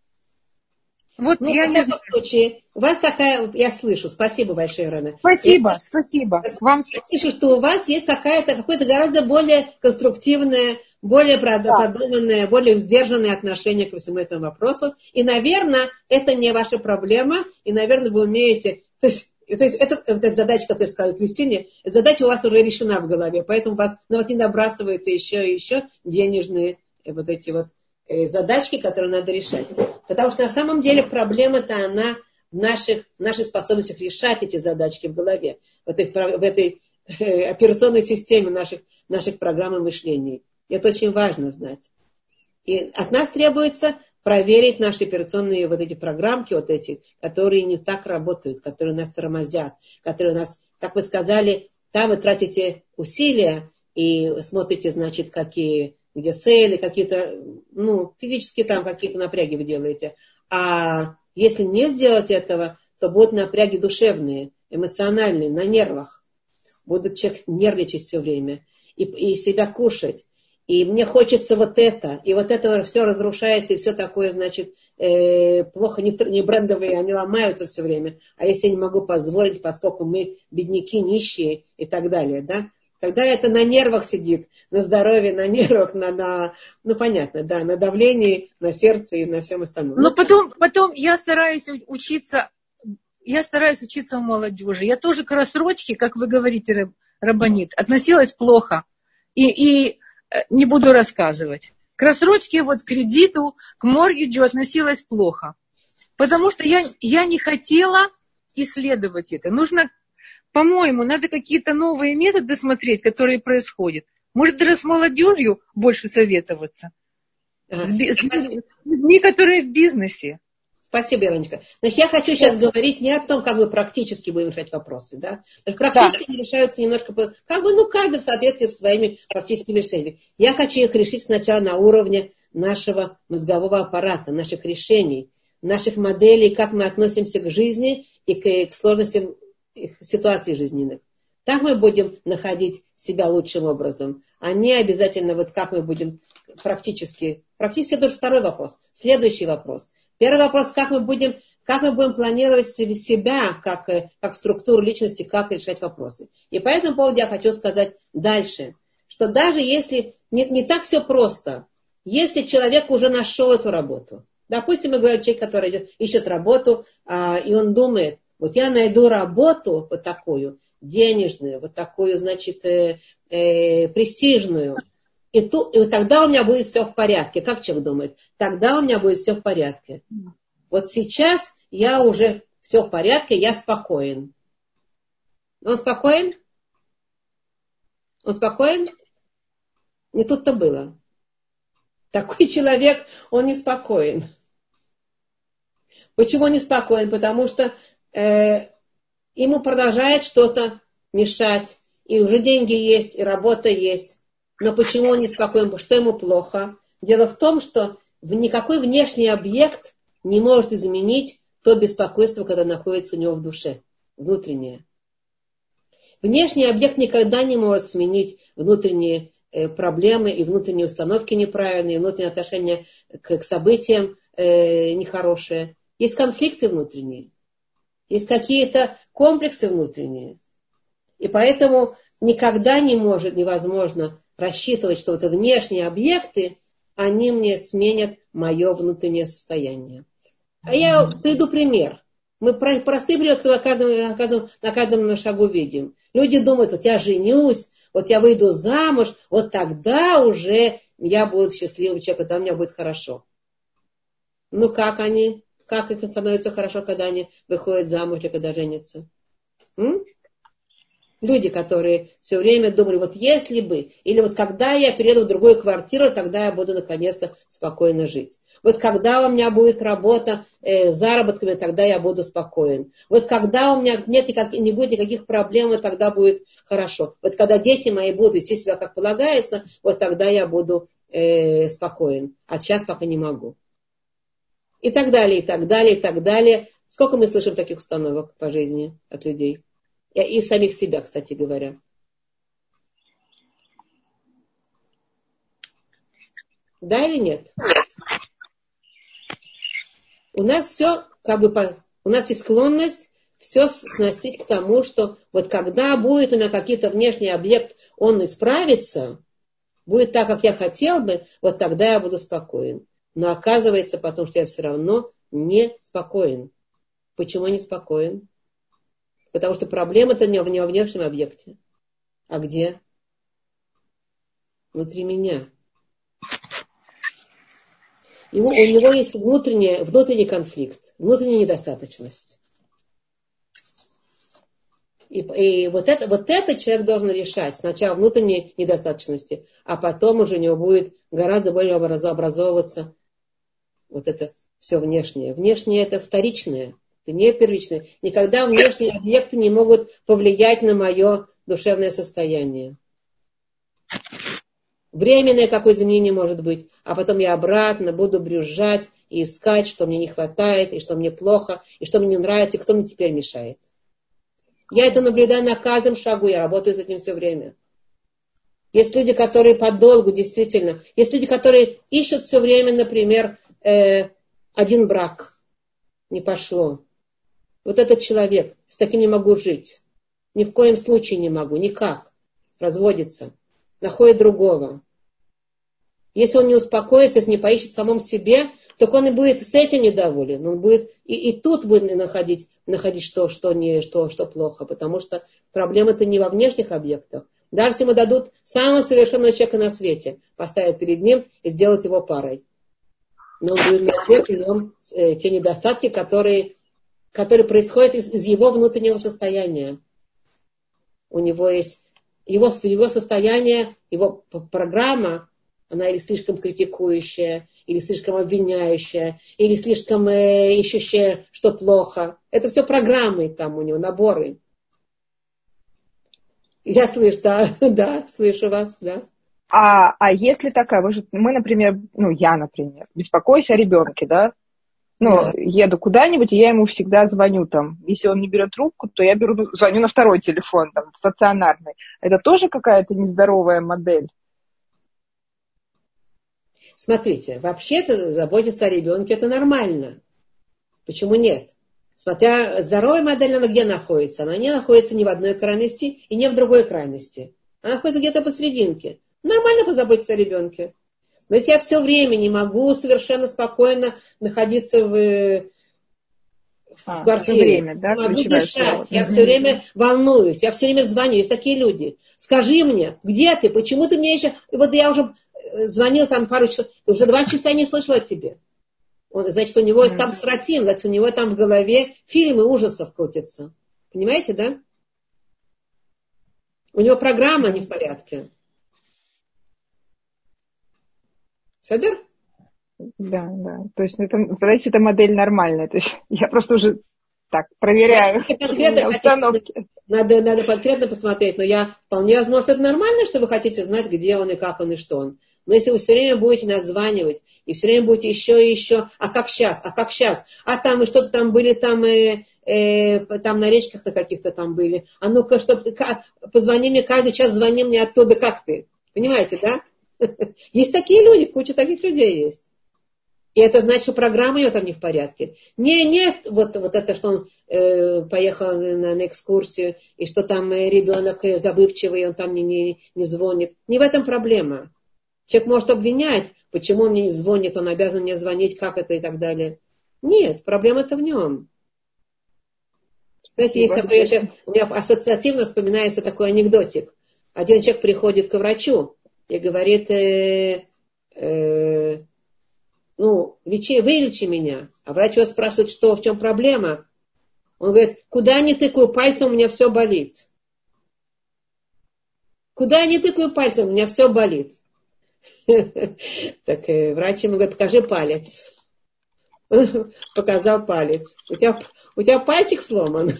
Вот я в всяком случае, у вас такая, я слышу, спасибо большое, Ирена. Спасибо. Вам слышу, что у вас есть какое-то гораздо более конструктивное, более продуманное, более сдержанное отношение ко всему этому вопросу. И, наверное, это не ваша проблема, и, наверное, вы умеете... То есть эта задача, которую я сказала Кристине, задача у вас уже решена в голове, поэтому у вас не набрасываются еще и еще денежные вот эти вот задачки, которые надо решать. Потому что на самом деле проблема-то она в наших способностях решать эти задачки в голове, в этой операционной системе наших программ и мышлений. Это очень важно знать. И от нас требуется проверить наши операционные вот эти программки, вот эти, которые не так работают, которые нас тормозят, которые нас, как вы сказали, там вы тратите усилия и смотрите, значит, где сейлы, какие-то, физически там какие-то напряги вы делаете. А если не сделать этого, то будут напряги душевные, эмоциональные, на нервах. Будет человек нервничать все время и себя кушать. И мне хочется вот это, и вот это все разрушается, и все такое, значит, плохо, не брендовые, они ломаются все время. А если я не могу позволить, поскольку мы бедняки, нищие и так далее, да? Тогда это на нервах сидит, на здоровье, на нервах, понятно, да, на давлении, на сердце и на всем остальном. Но потом я стараюсь учиться у молодежи. Я тоже к рассрочке, как вы говорите, Рабанит, относилась плохо. И не буду рассказывать. К рассрочке, к кредиту, к моргиджу относилась плохо. Потому что я не хотела исследовать это. По-моему, надо какие-то новые методы смотреть, которые происходят. Может, даже с молодежью больше советоваться. С людьми, которые в бизнесе. Спасибо, Иронечка. Значит, я хочу сейчас говорить не о том, как мы практически будем решать вопросы, да? Практически они решаются немножко, каждый в соответствии со своими практическими решениями. Я хочу их решить сначала на уровне нашего мозгового аппарата, наших решений, наших моделей, как мы относимся к жизни и к сложностям ситуаций жизненных. Так мы будем находить себя лучшим образом, а не обязательно как мы будем практически это уже второй вопрос. Следующий вопрос. Первый вопрос, как мы будем планировать себя, как структуру личности, как решать вопросы. И по этому поводу я хочу сказать дальше, что даже если не так все просто, если человек уже нашел эту работу, допустим, мы говорим, человек, который ищет работу, и он думает, вот я найду работу вот такую, денежную, вот такую, значит, престижную, и тогда у меня будет все в порядке. Как человек думает? Тогда у меня будет все в порядке. Вот сейчас я уже все в порядке, я спокоен. Он спокоен? Он спокоен? Не тут-то было. Такой человек, он не спокоен. Почему не спокоен? Потому что ему продолжает что-то мешать, и уже деньги есть, и работа есть. Но почему он не спокоен? Что ему плохо? Дело в том, что никакой внешний объект не может изменить то беспокойство, которое находится у него в душе, внутреннее. Внешний объект никогда не может сменить внутренние проблемы и внутренние установки неправильные, внутреннее отношение к событиям нехорошее. Есть конфликты внутренние. Есть какие-то комплексы внутренние. И поэтому никогда невозможно рассчитывать, что вот внешние объекты, они мне сменят мое внутреннее состояние. А я приведу пример. Мы простые примеры на каждом шагу видим. Люди думают, вот я женюсь, вот я выйду замуж, вот тогда уже я буду счастливым человеком, тогда у меня будет хорошо. Ну как им становится хорошо, когда они выходят замуж или когда женятся? Люди, которые все время думали, вот если бы, или вот когда я перееду в другую квартиру, тогда я буду наконец-то спокойно жить. Вот когда у меня будет работа с заработками, тогда я буду спокоен. Вот когда у меня не будет никаких проблем, тогда будет хорошо. Вот когда дети мои будут вести себя как полагается, вот тогда я буду спокоен. А сейчас пока не могу. И так далее, и так далее, и так далее. Сколько мы слышим таких установок по жизни от людей? И самих себя, кстати говоря. Да или нет? У нас все, у нас есть склонность все сносить к тому, что вот когда будет у меня какой-то внешний объект, он исправится, будет так, как я хотел бы, вот тогда я буду спокоен. Но оказывается потом, что я все равно не спокоен. Почему не спокоен? Потому что проблема-то не во внешнем объекте. А где? Внутри меня. У него есть внутренний конфликт, внутренняя недостаточность. И вот это человек должен решать. Сначала внутренние недостаточности, а потом уже у него будет гораздо более образовываться вот это все внешнее. Внешнее это вторичное, это не первичное. Никогда внешние объекты не могут повлиять на мое душевное состояние. Временное какое-то изменение может быть, а потом я обратно буду брюзжать и искать, что мне не хватает, и что мне плохо, и что мне не нравится, и кто мне теперь мешает. Я это наблюдаю на каждом шагу, я работаю с этим все время. Есть люди, которые подолгу, действительно, есть люди, которые ищут все время, например, один брак. Не пошло. Вот этот человек, с таким не могу жить. Ни в коем случае не могу, никак. Разводится. Находит другого. Если он не успокоится, если не поищет в самом себе, так он и будет с этим недоволен. Он будет и тут будет находить что плохо. Потому что проблема-то не во внешних объектах. Даже если ему дадут самого совершенного человека на свете, поставят перед ним и сделают его парой. Но он будет находить в нем те недостатки, которые происходят из его внутреннего состояния. У него есть его состояние, его программа, она или слишком критикующая, или слишком обвиняющая, или слишком ищущая, что плохо. Это все программы там у него, наборы. Я слышу, да, слышу вас, да. А если такая, мы, например, я, например, беспокоюсь о ребенке, да? Еду куда-нибудь, и я ему всегда звоню там. Если он не берет трубку, то я звоню на второй телефон, там, стационарный. Это тоже какая-то нездоровая модель? Смотрите, вообще-то заботиться о ребенке это нормально. Почему нет? Смотря здоровая модель, она где находится? Она не находится ни в одной крайности и не в другой крайности. Она находится где-то посерединке. Нормально позаботиться о ребенке. Но если я все время не могу совершенно спокойно находиться в квартире, время, да, не могу дышать, я все время волнуюсь, я все время звоню, есть такие люди. Скажи мне, где ты, почему ты мне еще... И вот я уже звонил там пару часов, уже 2 часа не слышала о тебе. Значит, у него там стратим, значит, у него там в голове фильмы ужасов крутятся. Понимаете, да? У него программа не в порядке. Садыр? Да. То есть, если это модель нормальная. То есть, я просто уже так проверяю установки. Надо конкретно посмотреть, но вполне возможно, что это нормально, что вы хотите знать, где он и как он и что он. Но если вы все время будете названивать, и все время будете еще и еще, а как сейчас, а там и что-то там были, там на речках-то каких-то там были, а ну-ка, позвони мне каждый час, звони мне оттуда, как ты. Понимаете, да? Есть такие люди, куча таких людей есть. И это значит, что программа ее там не в порядке. Не вот это, что он поехал на экскурсию, и что там ребенок забывчивый, он там не звонит. Не в этом проблема. Человек может обвинять, почему он мне не звонит, он обязан мне звонить, как это и так далее. Нет, проблема-то в нем. Знаете, есть такой, сейчас, у меня ассоциативно вспоминается такой анекдотик. Один человек приходит к врачу и говорит, вылечи меня. А врач его спрашивает, что, в чем проблема? Он говорит, куда не тыкаю пальцем, у меня все болит. Куда не тыкаю пальцем, у меня все болит. Так врач ему говорит, покажи палец. Он показал палец. У тебя пальчик сломан.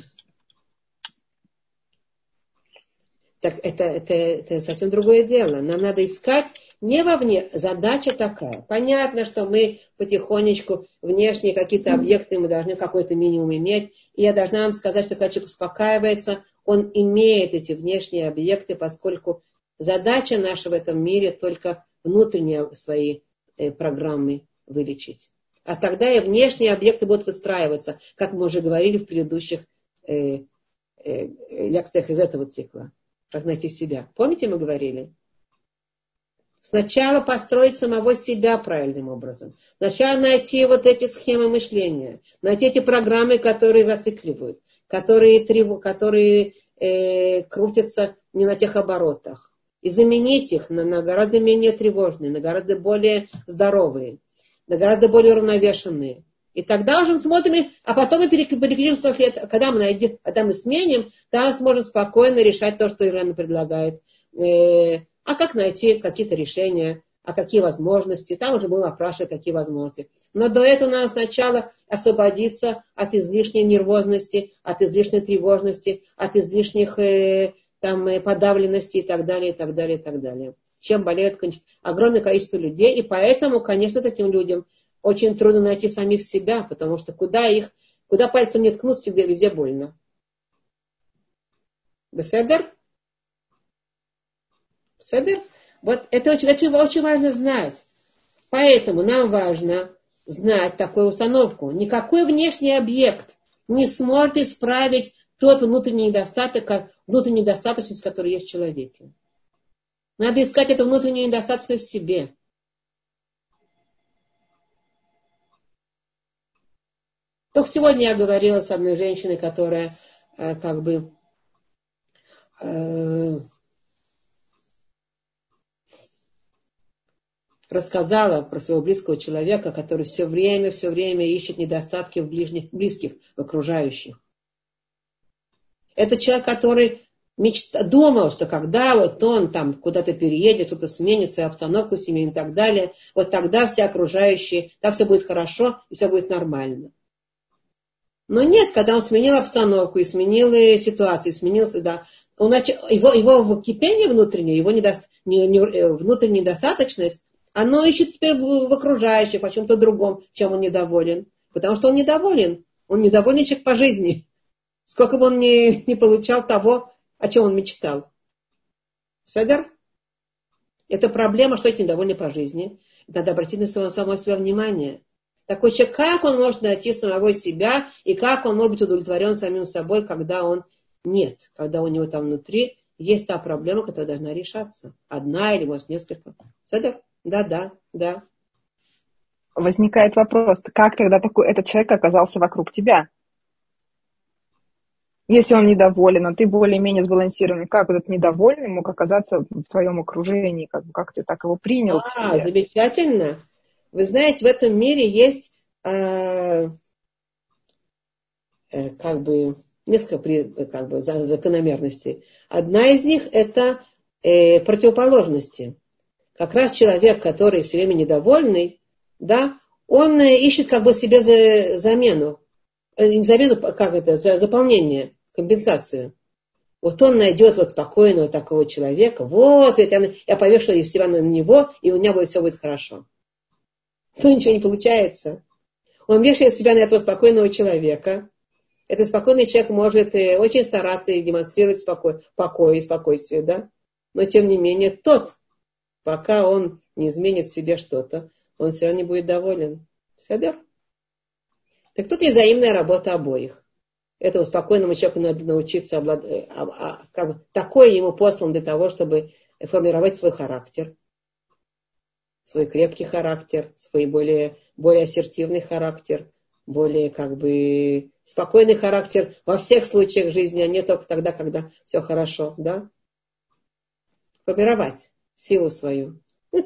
Так это совсем другое дело. Нам надо искать не вовне. Задача такая. Понятно, что мы потихонечку внешние какие-то объекты мы должны какой-то минимум иметь. И я должна вам сказать, что когда человек успокаивается, он имеет эти внешние объекты, поскольку задача наша в этом мире только внутренние свои программы вылечить. А тогда и внешние объекты будут выстраиваться, как мы уже говорили в предыдущих лекциях из этого цикла. Как найти себя. Помните, мы говорили? Сначала построить самого себя правильным образом. Сначала найти вот эти схемы мышления. Найти эти программы, которые зацикливают. Которые крутятся не на тех оборотах. И заменить их на гораздо менее тревожные, на гораздо более здоровые, на гораздо более уравновешенные. И тогда уже смотрим, а потом мы переключимся, когда мы сменим, тогда сможем спокойно решать то, что Ирена предлагает. А как найти какие-то решения, а какие возможности. Там уже будем опрашивать, какие возможности. Но до этого надо сначала освободиться от излишней нервозности, от излишней тревожности, от излишних подавленности и так далее, и так далее, и так далее. Чем болеет огромное количество людей. И поэтому, конечно, таким людям очень трудно найти самих себя, потому что куда пальцем не ткнут, всегда везде больно. Беседер? Беседер? Вот это очень важно знать. Поэтому нам важно знать такую установку. Никакой внешний объект не сможет исправить тот внутренний недостаток, внутреннюю недостаточность, которая есть в человеке. Надо искать эту внутреннюю недостаточность в себе. Только сегодня я говорила с одной женщиной, которая рассказала про своего близкого человека, который все время ищет недостатки в близких, в окружающих. Это человек, который думал, что когда вот он там куда-то переедет, кто-то сменит свою обстановку семейную и так далее, вот тогда все окружающие, там все будет хорошо и все будет нормально. Но нет, когда он сменил обстановку и сменил ситуацию, сменился, да, его кипение внутреннее, его внутренняя недостаточность, оно ищет теперь в окружающих, о чем-то другом, чем он недоволен. Потому что он недоволен. Он недовольный человек по жизни. Сколько бы он не получал того, о чем он мечтал. Седер? Это проблема, что эти недовольны по жизни. Надо обратить на самого себя внимание. Такой человек, как он может найти самого себя, и как он может быть удовлетворен самим собой, когда он нет, когда у него там внутри есть та проблема, которая должна решаться. Одна или, может, несколько. Седер? Да. Возникает вопрос, как тогда этот человек оказался вокруг тебя? Если он недоволен, а ты более-менее сбалансированный, как этот недовольный мог оказаться в твоем окружении? Как ты так его принял к себе? Замечательно. Вы знаете, в этом мире есть несколько закономерностей. Одна из них это противоположности. Как раз человек, который все время недовольный, да, он ищет себе замену. Не замену, заполнение, компенсацию. Вот он найдет спокойного такого человека. Вот, я повешу себя на него, и у меня все будет хорошо. Но ничего не получается. Он вешает себя на этого спокойного человека. Этот спокойный человек может очень стараться и демонстрировать покой и спокойствие, да? Но тем не менее, пока он не изменит в себе что-то, он все равно не будет доволен. Сабер. Так тут и взаимная работа обоих. Этому спокойному человеку надо научиться такое ему послан для того, чтобы формировать свой характер, свой крепкий характер, свой более ассертивный характер, более спокойный характер во всех случаях жизни, а не только тогда, когда все хорошо, да? Формировать силу свою.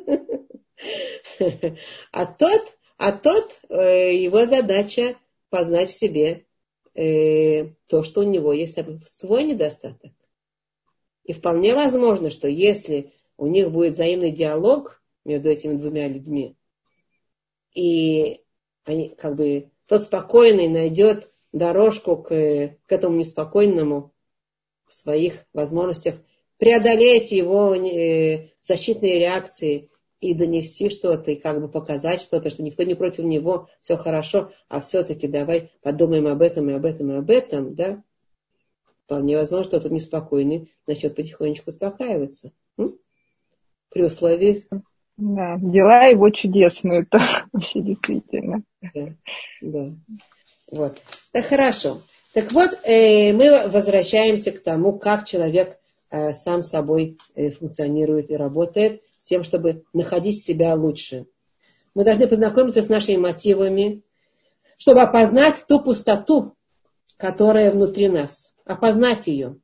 А тот, его задача познать в себе то, что у него есть свой недостаток. И вполне возможно, что если у них будет взаимный диалог между этими двумя людьми, и они тот спокойный найдет дорожку к этому неспокойному в своих возможностях преодолеть его защитные реакции и донести что-то, и показать что-то, что никто не против него, все хорошо, а все-таки давай подумаем об этом и об этом и об этом, да? Вполне возможно, что тот неспокойный начнет потихонечку успокаиваться. При условии... Да, дела его чудесные, это вообще действительно. Да. Вот. Так хорошо. Так вот, мы возвращаемся к тому, как человек сам собой функционирует и работает, с тем, чтобы находить себя лучше. Мы должны познакомиться с нашими мотивами, чтобы опознать ту пустоту, которая внутри нас. Опознать ее.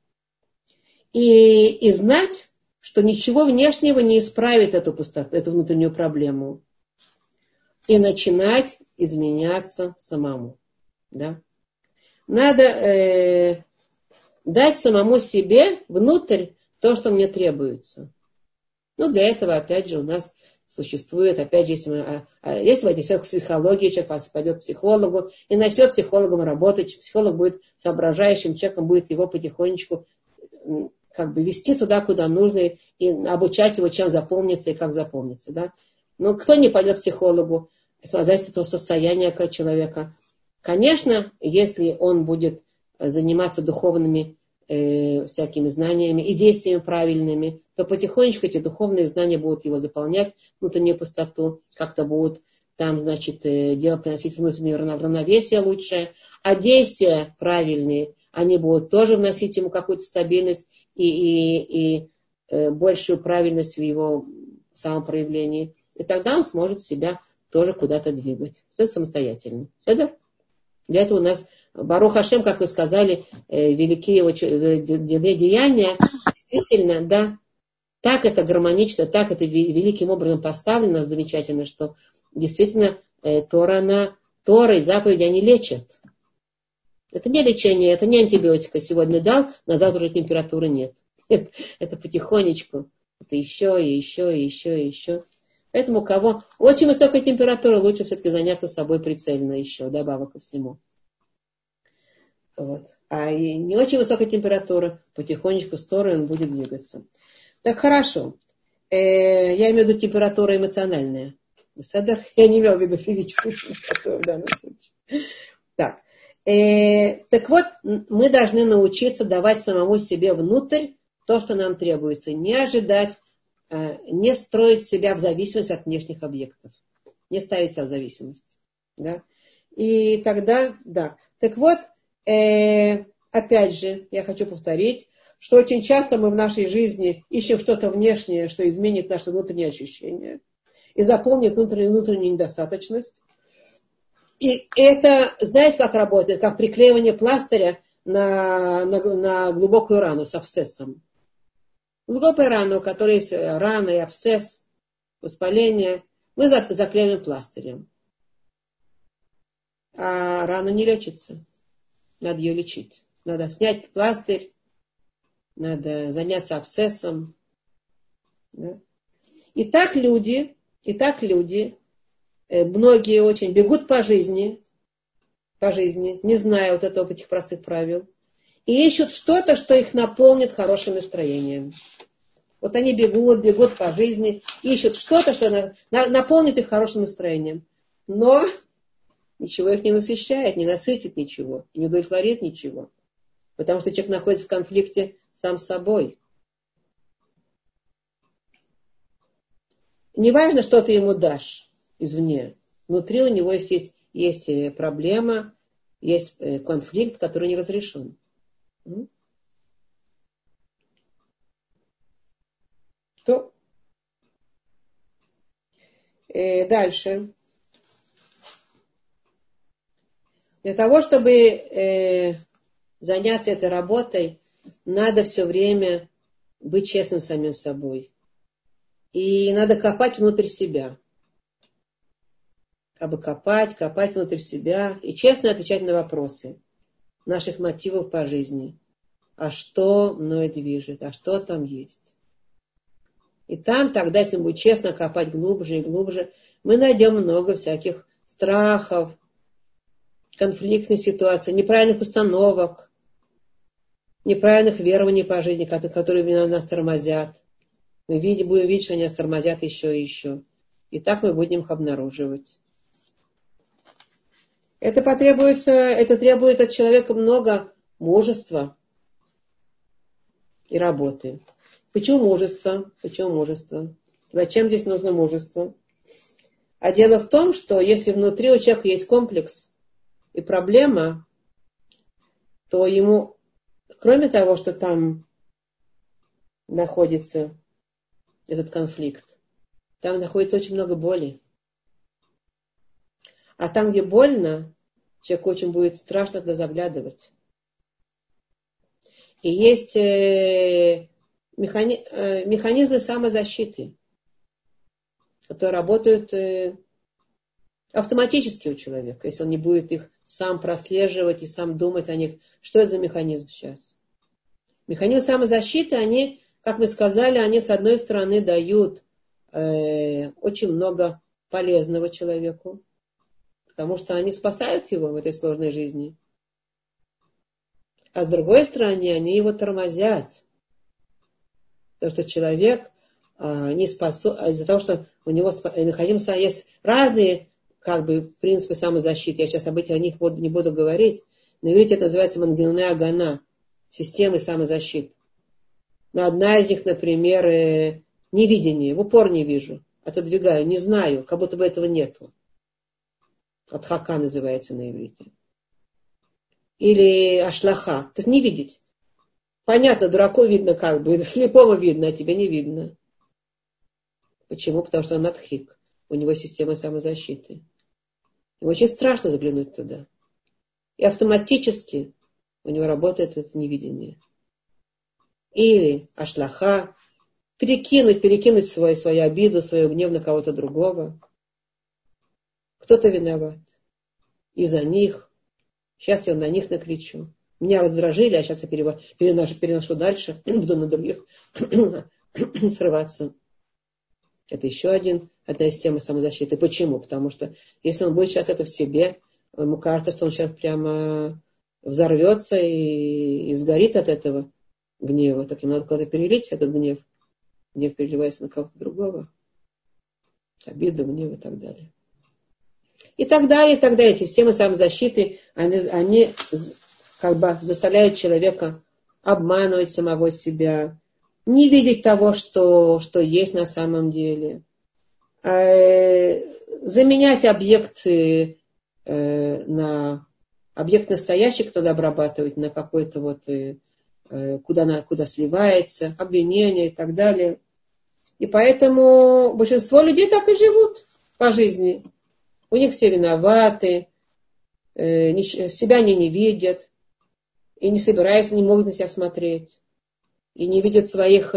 И знать, что ничего внешнего не исправит эту пустоту, эту внутреннюю проблему. И начинать изменяться самому. Да? Надо дать самому себе внутрь то, что мне требуется. Для этого, опять же, у нас существует, опять же, если мы отнесем к психологии, человек пойдет к психологу и начнет с психологом работать, психолог будет соображающим человеком, будет его потихонечку вести туда, куда нужно, и обучать его, чем запомнится и как запомнится. Да? Но кто не пойдет к психологу, зависит от состояния человека. Конечно, если он будет заниматься духовными всякими знаниями и действиями правильными, то потихонечку эти духовные знания будут его заполнять, внутреннюю пустоту, как-то будут там, дело приносить внутреннее равновесие лучшее, а действия правильные, они будут тоже вносить ему какую-то стабильность и большую правильность в его самопроявлении. И тогда он сможет себя тоже куда-то двигать. Все самостоятельно. Все, да? Для этого у нас Барух Ашем, как вы сказали, великие его деяния, действительно, да, так это гармонично, так это великим образом поставлено, замечательно, что действительно Тора и заповеди, они лечат. Это не лечение, это не антибиотика. Сегодня дал, на завтра уже температуры нет. Это потихонечку. Это еще и еще и еще и еще. Поэтому у кого очень высокая температура, лучше все-таки заняться собой прицельно еще, добавок ко всему. Вот. А и не очень высокая температура, потихонечку в сторону он будет двигаться. Так, хорошо. Я имею в виду температура эмоциональная. Я не имел в виду физическую температуру в данном случае. Так. Так вот, мы должны научиться давать самому себе внутрь то, что нам требуется. Не ожидать, не строить себя в зависимость от внешних объектов. Не ставить себя в зависимость. Да? И тогда, да. Так вот, опять же, я хочу повторить, что очень часто мы в нашей жизни ищем что-то внешнее, что изменит наши внутренние ощущения и заполнит внутреннюю недостаточность. И это, знаете, как работает? Как приклеивание пластыря на глубокую рану с абсцессом. Глубокая рана, у которой есть рана и абсцесс, воспаление, мы заклеиваем пластырем. А рана не лечится. Надо ее лечить. Надо снять пластырь, надо заняться абсцессом. Да? И так люди, многие очень бегут по жизни, не зная этих простых правил, и ищут что-то, что их наполнит хорошим настроением. Вот они бегут по жизни, ищут что-то, что наполнит их хорошим настроением. Но ничего их не насыщает, не насытит ничего, не удовлетворит ничего. Потому что человек находится в конфликте сам с собой. Неважно, что ты ему дашь извне. Внутри у него есть проблема, есть конфликт, который не разрешен. То. Дальше. Для того, чтобы заняться этой работой, надо все время быть честным с самим собой. И надо копать внутрь себя. Как бы копать внутрь себя и честно отвечать на вопросы наших мотивов по жизни. А что мной движет? А что там есть? И там тогда, если мы будем честно копать глубже и глубже, мы найдем много всяких страхов, конфликтных ситуаций, неправильных установок, неправильных верований по жизни, которые нас тормозят. Мы будем видеть, что они нас тормозят еще и еще. И так мы будем их обнаруживать. Это требует от человека много мужества и работы. Почему мужество? Зачем здесь нужно мужество? А дело в том, что если внутри у человека есть комплекс и проблема, то ему, кроме того, что там находится этот конфликт, там находится очень много боли. А там, где больно, человеку очень будет страшно туда заглядывать. И есть механизмы самозащиты, которые работают автоматически у человека, если он не будет их сам прослеживать и сам думать о них. Что это за механизм сейчас? Механизмы самозащиты, они, как мы сказали, они с одной стороны дают очень много полезного человеку, потому что они спасают его в этой сложной жизни. А с другой стороны, они его тормозят. Потому что человек не способен, из-за того, что у него механизм есть разные принципы самозащиты. Я сейчас о них не буду говорить. На иврите это называется мангелне агана, системы самозащиты. Но одна из них, например, невидение. В упор не вижу. Отодвигаю, не знаю, как будто бы этого нету. Адхака называется на иврите. Или ашлаха. То есть не видеть. Понятно, дураку видно слепому видно, а тебе не видно. Почему? Потому что он адхик. У него система самозащиты. Ему очень страшно заглянуть туда. И автоматически у него работает это невидение. Или ашлаха. Перекинуть свою обиду, свою гнев на кого-то другого. Кто-то виноват. Из-за них. Сейчас я на них накричу. Меня раздражили, а сейчас я переношу дальше. Буду на других срываться. Это еще одна из тем самозащиты. Почему? Потому что если он будет сейчас это в себе, ему кажется, что он сейчас прямо взорвется и сгорит от этого гнева. Так ему надо куда-то перелить этот гнев. Гнев переливается на кого-то другого. Обиду, гнев и так далее. И так далее, и так далее. Эти системы самозащиты, они заставляют человека обманывать самого себя, не видеть того, что есть на самом деле, заменять объекты на объект настоящий, кто обрабатывать, на какой-то куда сливается, обвинения и так далее. И поэтому большинство людей так и живут по жизни. У них все виноваты, себя они не видят, и не собираются, не могут на себя смотреть. И не видят своих,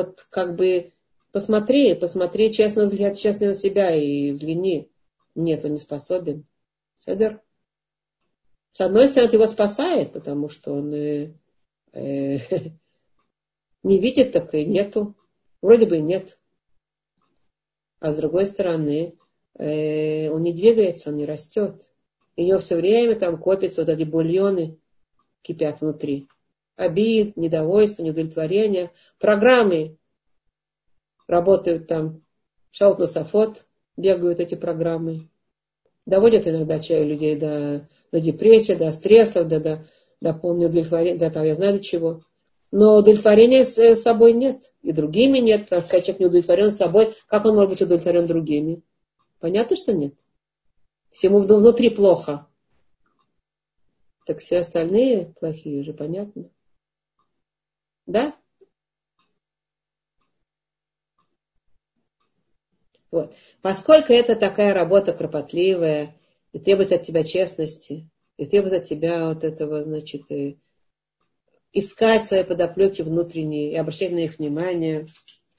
посмотри честно на себя и взгляни. Нет, он не способен. Седер. С одной стороны, это его спасает, потому что он не видит, так и нету. Вроде бы нет. А с другой стороны, он не двигается, он не растет. И у него все время там копятся эти бульоны, кипят внутри. Обид, недовольство, неудовлетворение. Программы работают там. Шаут Носафот, бегают эти программы. Доводят иногда людей до депрессии, до стрессов, до полного удовлетворения, до того, я знаю до чего. Но удовлетворения с собой нет. И другими нет. Потому что когда человек не удовлетворен собой, как он может быть удовлетворен другими? Понятно, что нет. Если ему внутри плохо, так все остальные плохие уже, понятно. Да? Вот. Поскольку это такая работа кропотливая, и требует от тебя честности, и требует от тебя вот этого, значит, искать свои подоплеки внутренние и обращать на них внимание.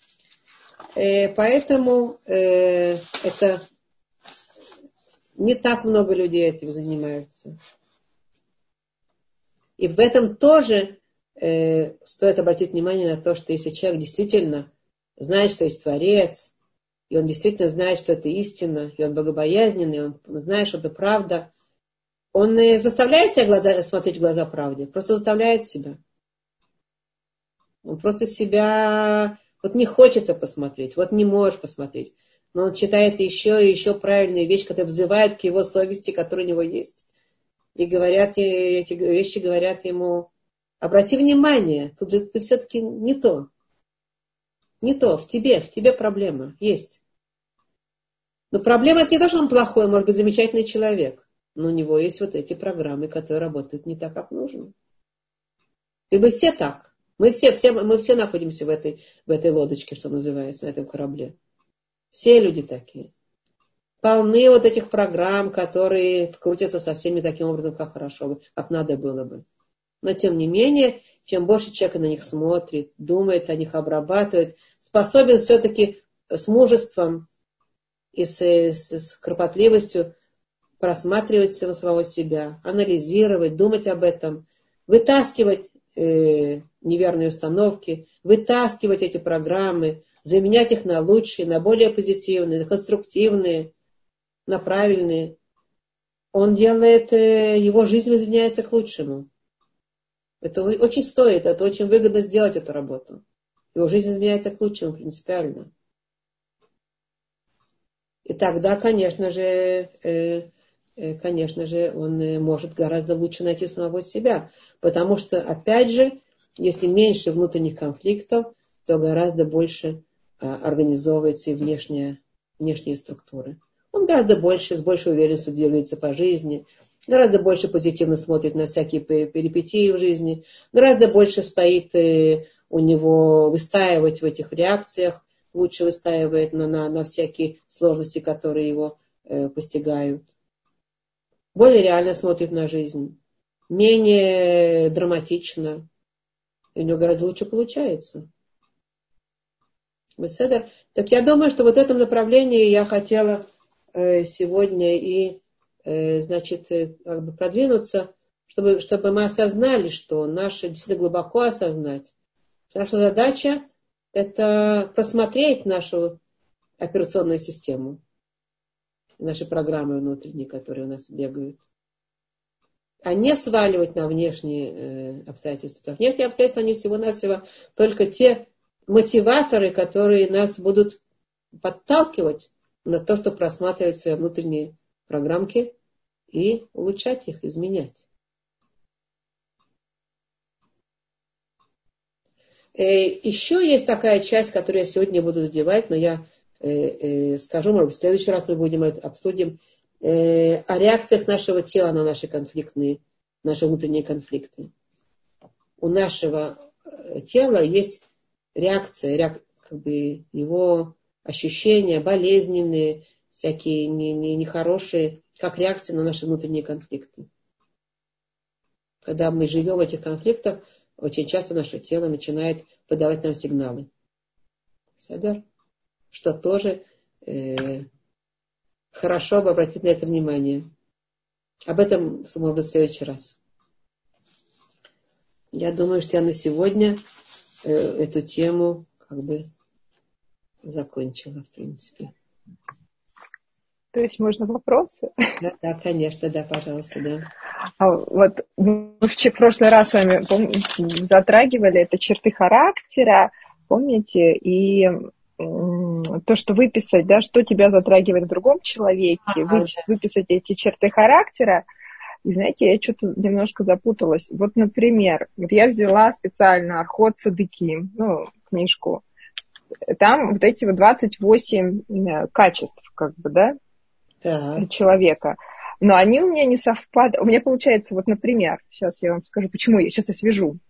Поэтому это не так много людей этим занимаются. И в этом тоже стоит обратить внимание на то, что если человек действительно знает, что есть Творец, и он действительно знает, что это истина, и он богобоязненный, он знает, что это правда, он не заставляет себя смотреть в глаза правде, просто заставляет себя. Он просто себя вот не хочется посмотреть, вот не можешь посмотреть. Но он читает еще и еще правильные вещи, которые взывают к его совести, которые у него есть. И говорят, эти вещи говорят ему: обрати внимание, тут же ты все-таки не то. Не то, в тебе проблема есть. Но проблема это не то, что он плохой, может быть, замечательный человек. Но у него есть вот эти программы, которые работают не так, как нужно. И мы все так. Мы все находимся в этой лодочке, что называется, на этом корабле. Все люди такие. Полны вот этих программ, которые крутятся со всеми таким образом, как хорошо, как надо было бы. Но тем не менее, чем больше человек на них смотрит, думает о них, обрабатывает, способен все-таки с мужеством и с кропотливостью просматривать самого себя, анализировать, думать об этом, вытаскивать неверные установки, вытаскивать эти программы, заменять их на лучшие, на более позитивные, на конструктивные, на правильные. Он делает, его жизнь изменяется к лучшему. Это очень стоит, это очень выгодно сделать эту работу. Его жизнь изменяется к лучшему принципиально. И тогда, конечно же, он может гораздо лучше найти самого себя. Потому что, опять же, если меньше внутренних конфликтов, то гораздо больше организовывается и внешние структуры. Он гораздо больше, с большей уверенностью двигается по жизни, гораздо больше позитивно смотрит на всякие перипетии в жизни, гораздо больше стоит у него выстаивать в этих реакциях, лучше выстаивает на всякие сложности, которые его постигают. Более реально смотрит на жизнь, менее драматично, и у него гораздо лучше получается. Так я думаю, что вот в этом направлении я хотела сегодня и как бы продвинуться, чтобы мы осознали, что действительно глубоко осознать, что наша задача — это просмотреть нашу операционную систему, наши программы внутренние, которые у нас бегают, а не сваливать на внешние обстоятельства. Внешние обстоятельства, они всего-навсего только те мотиваторы, которые нас будут подталкивать на то, чтобы просматривать свои внутренние программки и улучшать их, изменять. Еще есть такая часть, которую я сегодня буду задевать, но я скажу, может быть, в следующий раз мы обсудим о реакциях нашего тела на наши внутренние конфликты. У нашего тела есть реакция, как бы его ощущения болезненные, всякие нехорошие, как реакция на наши внутренние конфликты. Когда мы живем в этих конфликтах, очень часто наше тело начинает подавать нам сигналы. Что тоже хорошо бы обратить на это внимание. Об этом, может быть, в следующий раз. Я думаю, что я на сегодня эту тему как бы закончила, в принципе. То есть можно вопросы? Да, конечно, да, пожалуйста, да. Вот мы в прошлый раз с вами затрагивали это черты характера, помните, и то, что выписать, да, что тебя затрагивает в другом человеке, выписать эти черты характера. И знаете, я что-то немножко запуталась. Вот, например, я взяла специально Орхот Цадыким, книжку. Там вот эти 28 качеств, как бы, да. человека. Но они у меня не совпадают. У меня получается, вот, например, сейчас я вам скажу, почему. Сейчас я свяжу.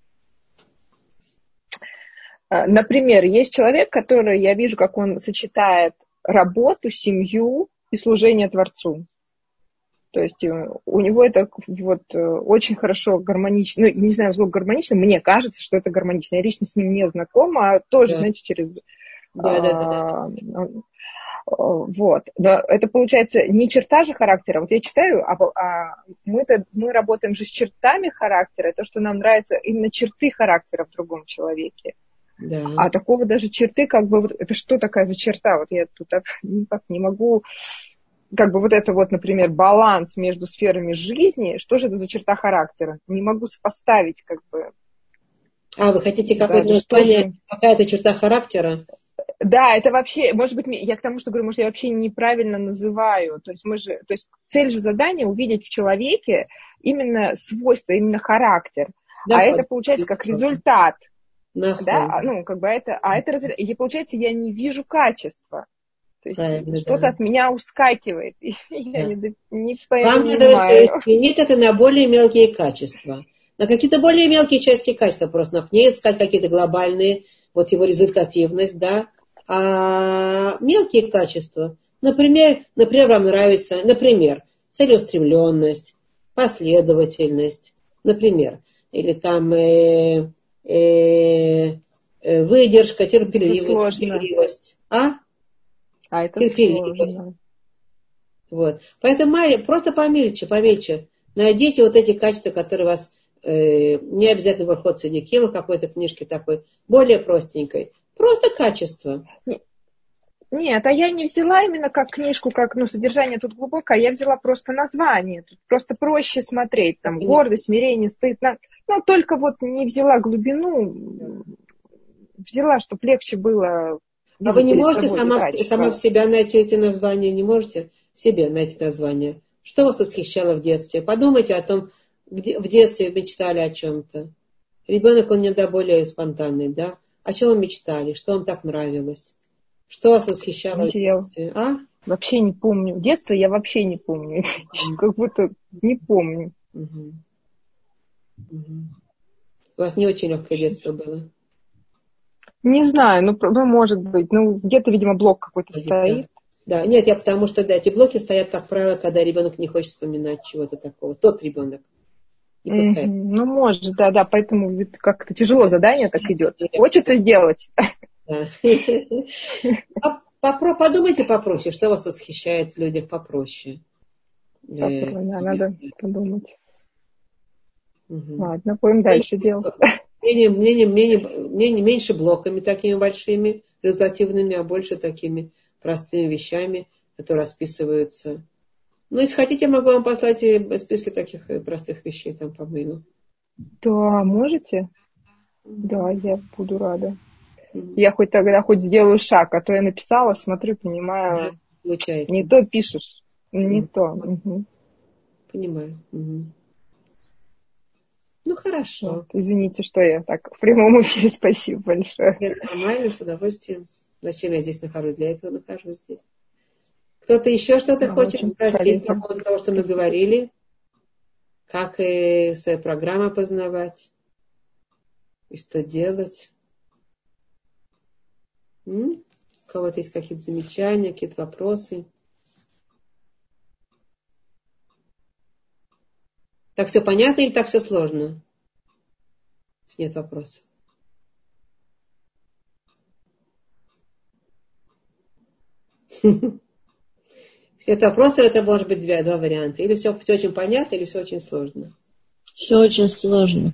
Например, есть человек, который, я вижу, как он сочетает работу, семью и служение Творцу. То есть у него это вот очень хорошо гармонично. Ну, не знаю, насколько гармонично. Мне кажется, что это гармонично. Я лично с ним не знакома, а тоже, знаете, через... Вот. Но это получается не черта же характера. Вот я читаю, мы работаем же с чертами характера, то, что нам нравится, именно черты характера в другом человеке. Да. А такого даже черты, как бы, вот, это что такая за черта? Вот я тут никак не могу, как бы вот это вот, например, баланс между сферами жизни, что же это за черта характера? Не могу сопоставить, как бы. Вы хотите какое-то название, какая-то черта характера? Да, это вообще, может быть, я к тому, что говорю, может, я вообще неправильно называю. То есть цель же задания увидеть в человеке именно свойства, именно характер. Да, это получается как результат. Да, ну, как бы и получается, я не вижу качества. То есть что-то от меня ускакивает. И я не Вам надо изменить это на более мелкие качества. На какие-то более мелкие человеческие качества просто. Не искать какие-то глобальные, вот его результативность, да. А мелкие качества, например, вам нравится, например, целеустремленность, последовательность, например, или там выдержка, терпеливость. Это сложно. Вот. Поэтому просто помельче. Найдите вот эти качества, которые вас не обязательно в Орхот Цадиким, а какой-то книжке такой, более простенькой. Просто качество. Нет, я не взяла именно как книжку, как, содержание тут глубокое, я взяла просто название. Тут просто проще смотреть. Там гордость, смирение, стыд. Но только вот не взяла глубину, взяла, чтобы легче было. А вы не можете сама в себя найти эти названия? Не можете себе найти названия? Что вас восхищало в детстве? Подумайте о том, где в детстве мечтали о чем-то. Ребенок, он иногда более спонтанный, да? О чем вы мечтали? Что вам так нравилось? Что вас восхищало в детстве? Вообще не помню. Детство я вообще не помню. Как будто не помню. У вас не очень легкое детство было? Не знаю, может быть. Где-то, видимо, блок какой-то стоит. Да, нет, потому что, эти блоки стоят, как правило, когда ребенок не хочет вспоминать чего-то такого. Тот ребенок. Не пускай. Может, да, поэтому как-то тяжело задание так идет. Хочется сделать. Подумайте попроще, что вас восхищает в людях попроще. Надо подумать. Ладно, будем дальше делать. Меньше блоками такими большими, результативными, а больше такими простыми вещами, которые расписываются. Если хотите, я могу вам послать списки таких простых вещей там по мейлу. Да, можете? Да, я буду рада. Я тогда сделаю шаг, а то я написала, смотрю, понимаю. Получается. Не то пишешь, не то. Понимаю. Хорошо. Вот, извините, что я так в прямом эфире, спасибо большое. Это нормально, с удовольствием. Зачем я здесь нахожусь? Для этого нахожусь здесь. Кто-то еще что-то хочет спросить по поводу того, что мы говорили? Как свою программу познавать? И что делать? У кого-то есть какие-то замечания, какие-то вопросы? Так все понятно или так все сложно? Нет вопросов. Если это вопросы, это может быть два варианта. Или все очень понятно, или все очень сложно. Все очень сложно.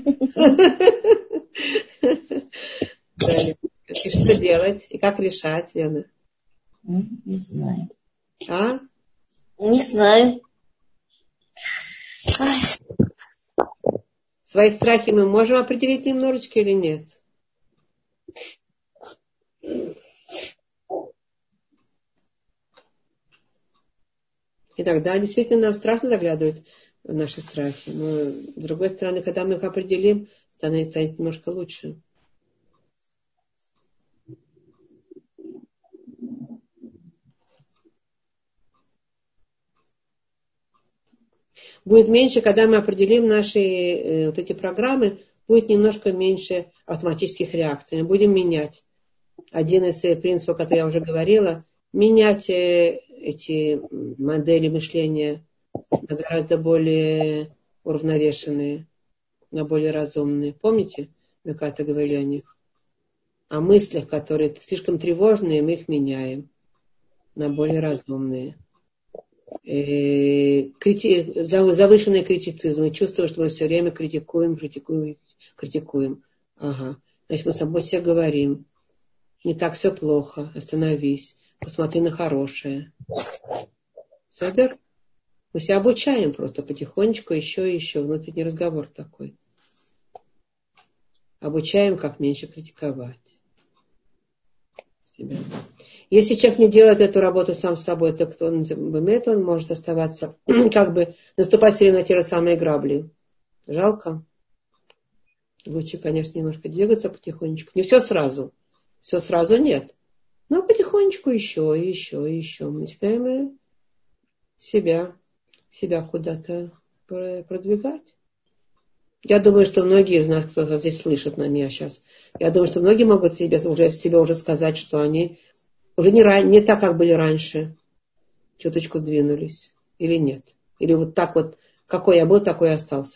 И что делать? И как решать, Лена? Не знаю. А? Не знаю. Свои страхи мы можем определить немножечко или нет? Иногда действительно нам страшно заглядывать в наши страхи. Но с другой стороны, когда мы их определим, станет немножко лучше. будет меньше, когда мы определим наши вот эти программы, будет немножко меньше автоматических реакций. Мы будем менять. Один из принципов, который я уже говорила, менять эти модели мышления на гораздо более уравновешенные, на более разумные. Помните, мы как-то говорили о них? О мыслях, которые слишком тревожные, мы их меняем на более разумные. Завышенный критицизм. И чувствуем, что мы все время критикуем. Ага. Значит, мы с собой себе говорим: не так все плохо, остановись, посмотри на хорошее. Садер? Мы себя обучаем просто потихонечку, еще и еще. Внутренний разговор такой. Обучаем, как меньше критиковать себя. Если человек не делает эту работу сам с собой, то кто он может оставаться, как бы наступать все время на те же самые грабли. Жалко. Лучше, конечно, немножко двигаться потихонечку. Не все сразу. Все сразу нет. Но потихонечку еще. Мы начинаем себя куда-то продвигать. Я думаю, что многие из нас, кто здесь слышит на меня сейчас, я думаю, что многие могут себе уже сказать, что они уже не так, как были раньше, чуточку сдвинулись. Или нет. Или вот так вот, какой я был, такой и остался.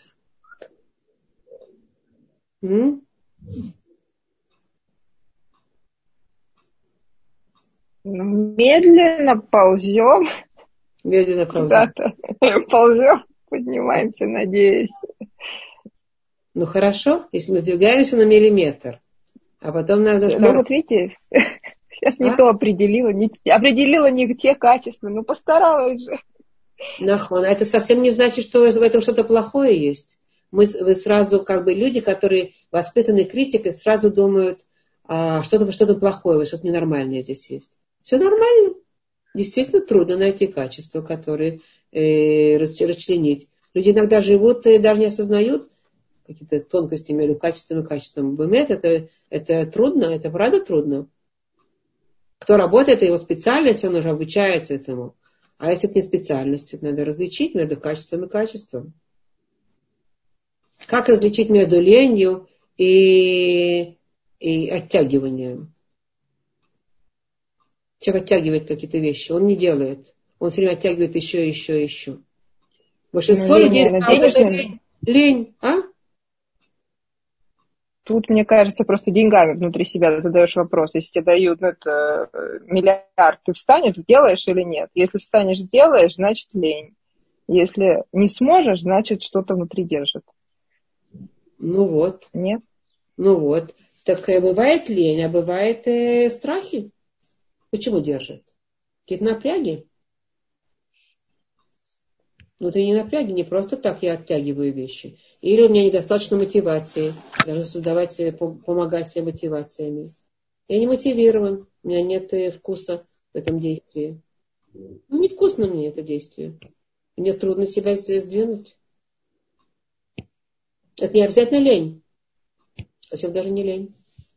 Медленно ползем. Медленно ползем. Куда-то ползем, поднимаемся, надеюсь. Ну хорошо, если мы сдвигаемся на миллиметр, а потом надо... Ну вот видите, сейчас не то определила не те качества, но постаралась же. Нахон, а это совсем не значит, что в этом что-то плохое есть. Вы сразу, как бы, люди, которые воспитаны критикой, сразу думают, что-то плохое, что-то ненормальное здесь есть. Все нормально. Действительно трудно найти качества, которые расчленить. Люди иногда живут и даже не осознают какие-то тонкости между качеством и качеством. Бэмет, это трудно, это правда трудно. Кто работает, это его специальность, он уже обучается этому. А если это не специальность, это надо различить между качеством и качеством. Как различить между ленью и оттягиванием? Человек оттягивает какие-то вещи, он не делает. Он все время оттягивает еще. Большинство людей... Лень, а? Тут, мне кажется, просто деньгами внутри себя задаешь вопрос. Если тебе дают миллиард, ты встанешь, сделаешь или нет? Если встанешь, сделаешь, значит лень. Если не сможешь, значит что-то внутри держит. Ну вот. Нет? Ну вот. Так бывает лень, а бывает страхи. Почему держит? Какие-то напряги. Внутренние напряги, не просто так я оттягиваю вещи. Или у меня недостаточно мотивации. Должен помогать себе мотивациями. Я не мотивирован. У меня нет вкуса в этом действии. Ну, невкусно мне это действие. Мне трудно себя сдвинуть. Это не обязательно лень. Совсем даже не лень.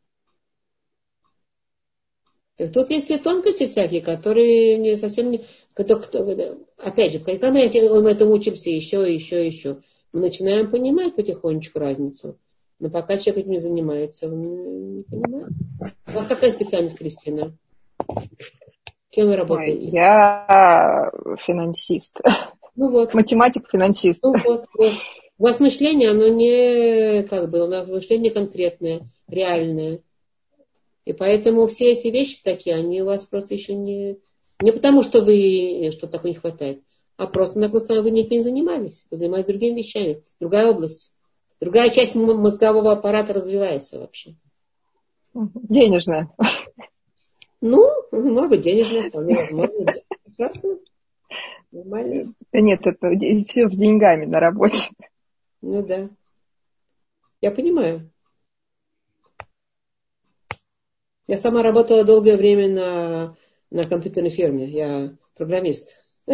Тут есть и тонкости всякие, которые не совсем не... Опять же, когда мы этому учимся еще, мы начинаем понимать потихонечку разницу. Но пока человек этим не занимается, он не понимает. У вас какая специальность, Кристина? Кем вы работаете? Я финансист. Ну вот. Математик-финансист. Ну вот. У вас мышление, оно не у нас мышление конкретное, реальное. И поэтому все эти вещи такие, они у вас просто еще не потому, что вы что-то такое не хватает, а просто вы не занимались. Вы занимаетесь другими вещами. Другая область. Другая часть мозгового аппарата развивается вообще. Денежная. Ну, может быть, денежная, вполне возможно. Прекрасно. Нормально. Да нет, это все с деньгами на работе. Ну да. Я понимаю. Я сама работала долгое время на компьютерной фирме. Я программист.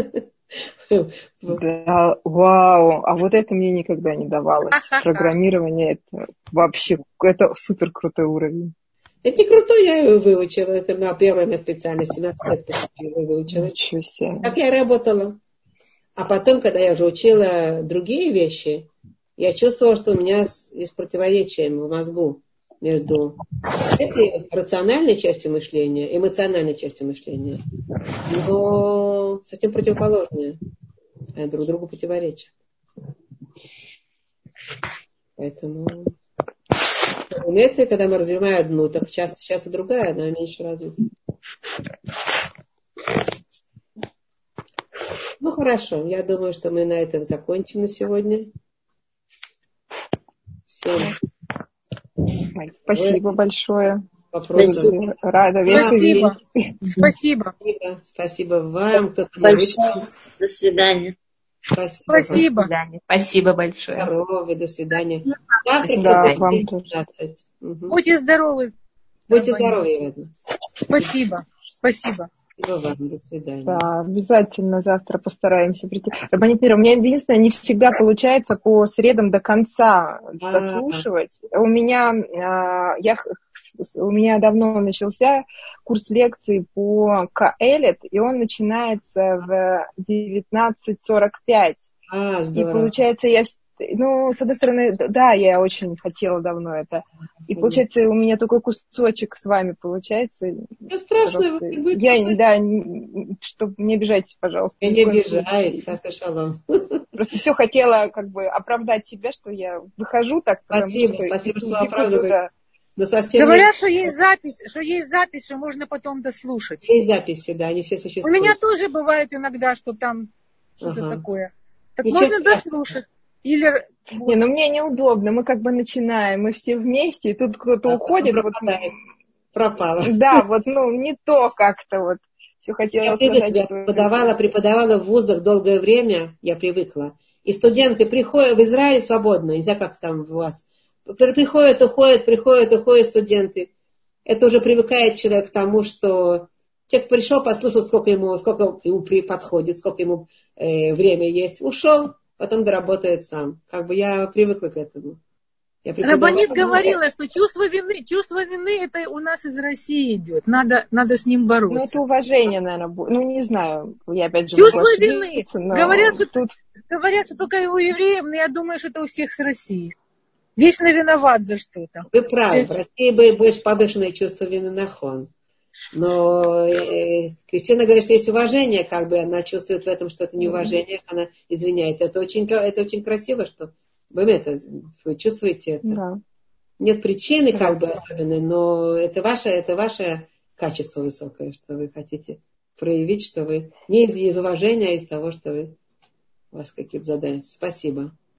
Да, вау. А вот это мне никогда не давалось. Программирование это вообще супер крутой уровень. Это не крутой, я его выучила. Это первая моя специальность. 17 лет выучила. Ничего себе. Как я работала. А потом, когда я уже учила другие вещи, я чувствовала, что у меня есть противоречие в мозгу между этой рациональной частью мышления и эмоциональной частью мышления. Но совсем противоположные. Они друг другу противоречат. Поэтому это, когда мы развиваем одну, так часто другая, она меньше развита. Ну, хорошо. Я думаю, что мы на этом закончим на сегодня. Всем спасибо большое. Спасибо. Рада. Спасибо. Спасибо вам. Большое. До свидания. Спасибо. До свидания. Спасибо большое. Здоровы, до свидания. Завтра вам тоже. Будьте здоровы. Будьте здоровы, Ирина. Спасибо. Спасибо. Спасибо вам. До свидания. Да, обязательно завтра постараемся прийти. Рабанит Мира, у меня единственное, не всегда получается по средам до конца дослушивать. У меня давно начался курс лекций по Каэлет, и он начинается в 19:45. И получается, с одной стороны, да, я очень хотела давно это. И получается, у меня такой кусочек с вами получается. Не страшно. Чтобы не обижайтесь, пожалуйста. Я не обижаюсь, шалом. Просто все хотела оправдать себя, что я выхожу так. Спасибо, что оправдываете. Говорят, что есть запись, что можно потом дослушать. Есть записи, да, они все существуют. У меня тоже бывает иногда, что там что-то такое. Так можно дослушать. Или... мне неудобно, мы начинаем, мы все вместе, и тут кто-то уходит. Пропало. Да, не то как-то все хотела сказать. Я преподавала в вузах долгое время, я привыкла. И студенты приходят в Израиль свободно, не знаю, как там у вас. Приходят, уходят студенты. Это уже привыкает человек к тому, что человек пришел, послушал, сколько ему подходит, сколько ему время есть, ушел. Потом доработает сам. Я привыкла к этому. Рабанит говорила, что чувство вины это у нас из России идет. Надо с ним бороться. Это уважение, наверное, будет. Не знаю. Я опять же чувство вины. Но говорят, что только у евреев, но я думаю, что это у всех с России. Вечно виноват за что-то. Вы правы. В России больше повышенное чувство вины нахон. Но Кристина говорит, что есть уважение, она чувствует в этом, что это неуважение, она извиняется. Это очень красиво, что вы чувствуете это. Да. Нет причины особенной, но это ваше качество высокое, что вы хотите проявить, что вы не из уважения, а из того, что у вас какие-то задания. Спасибо.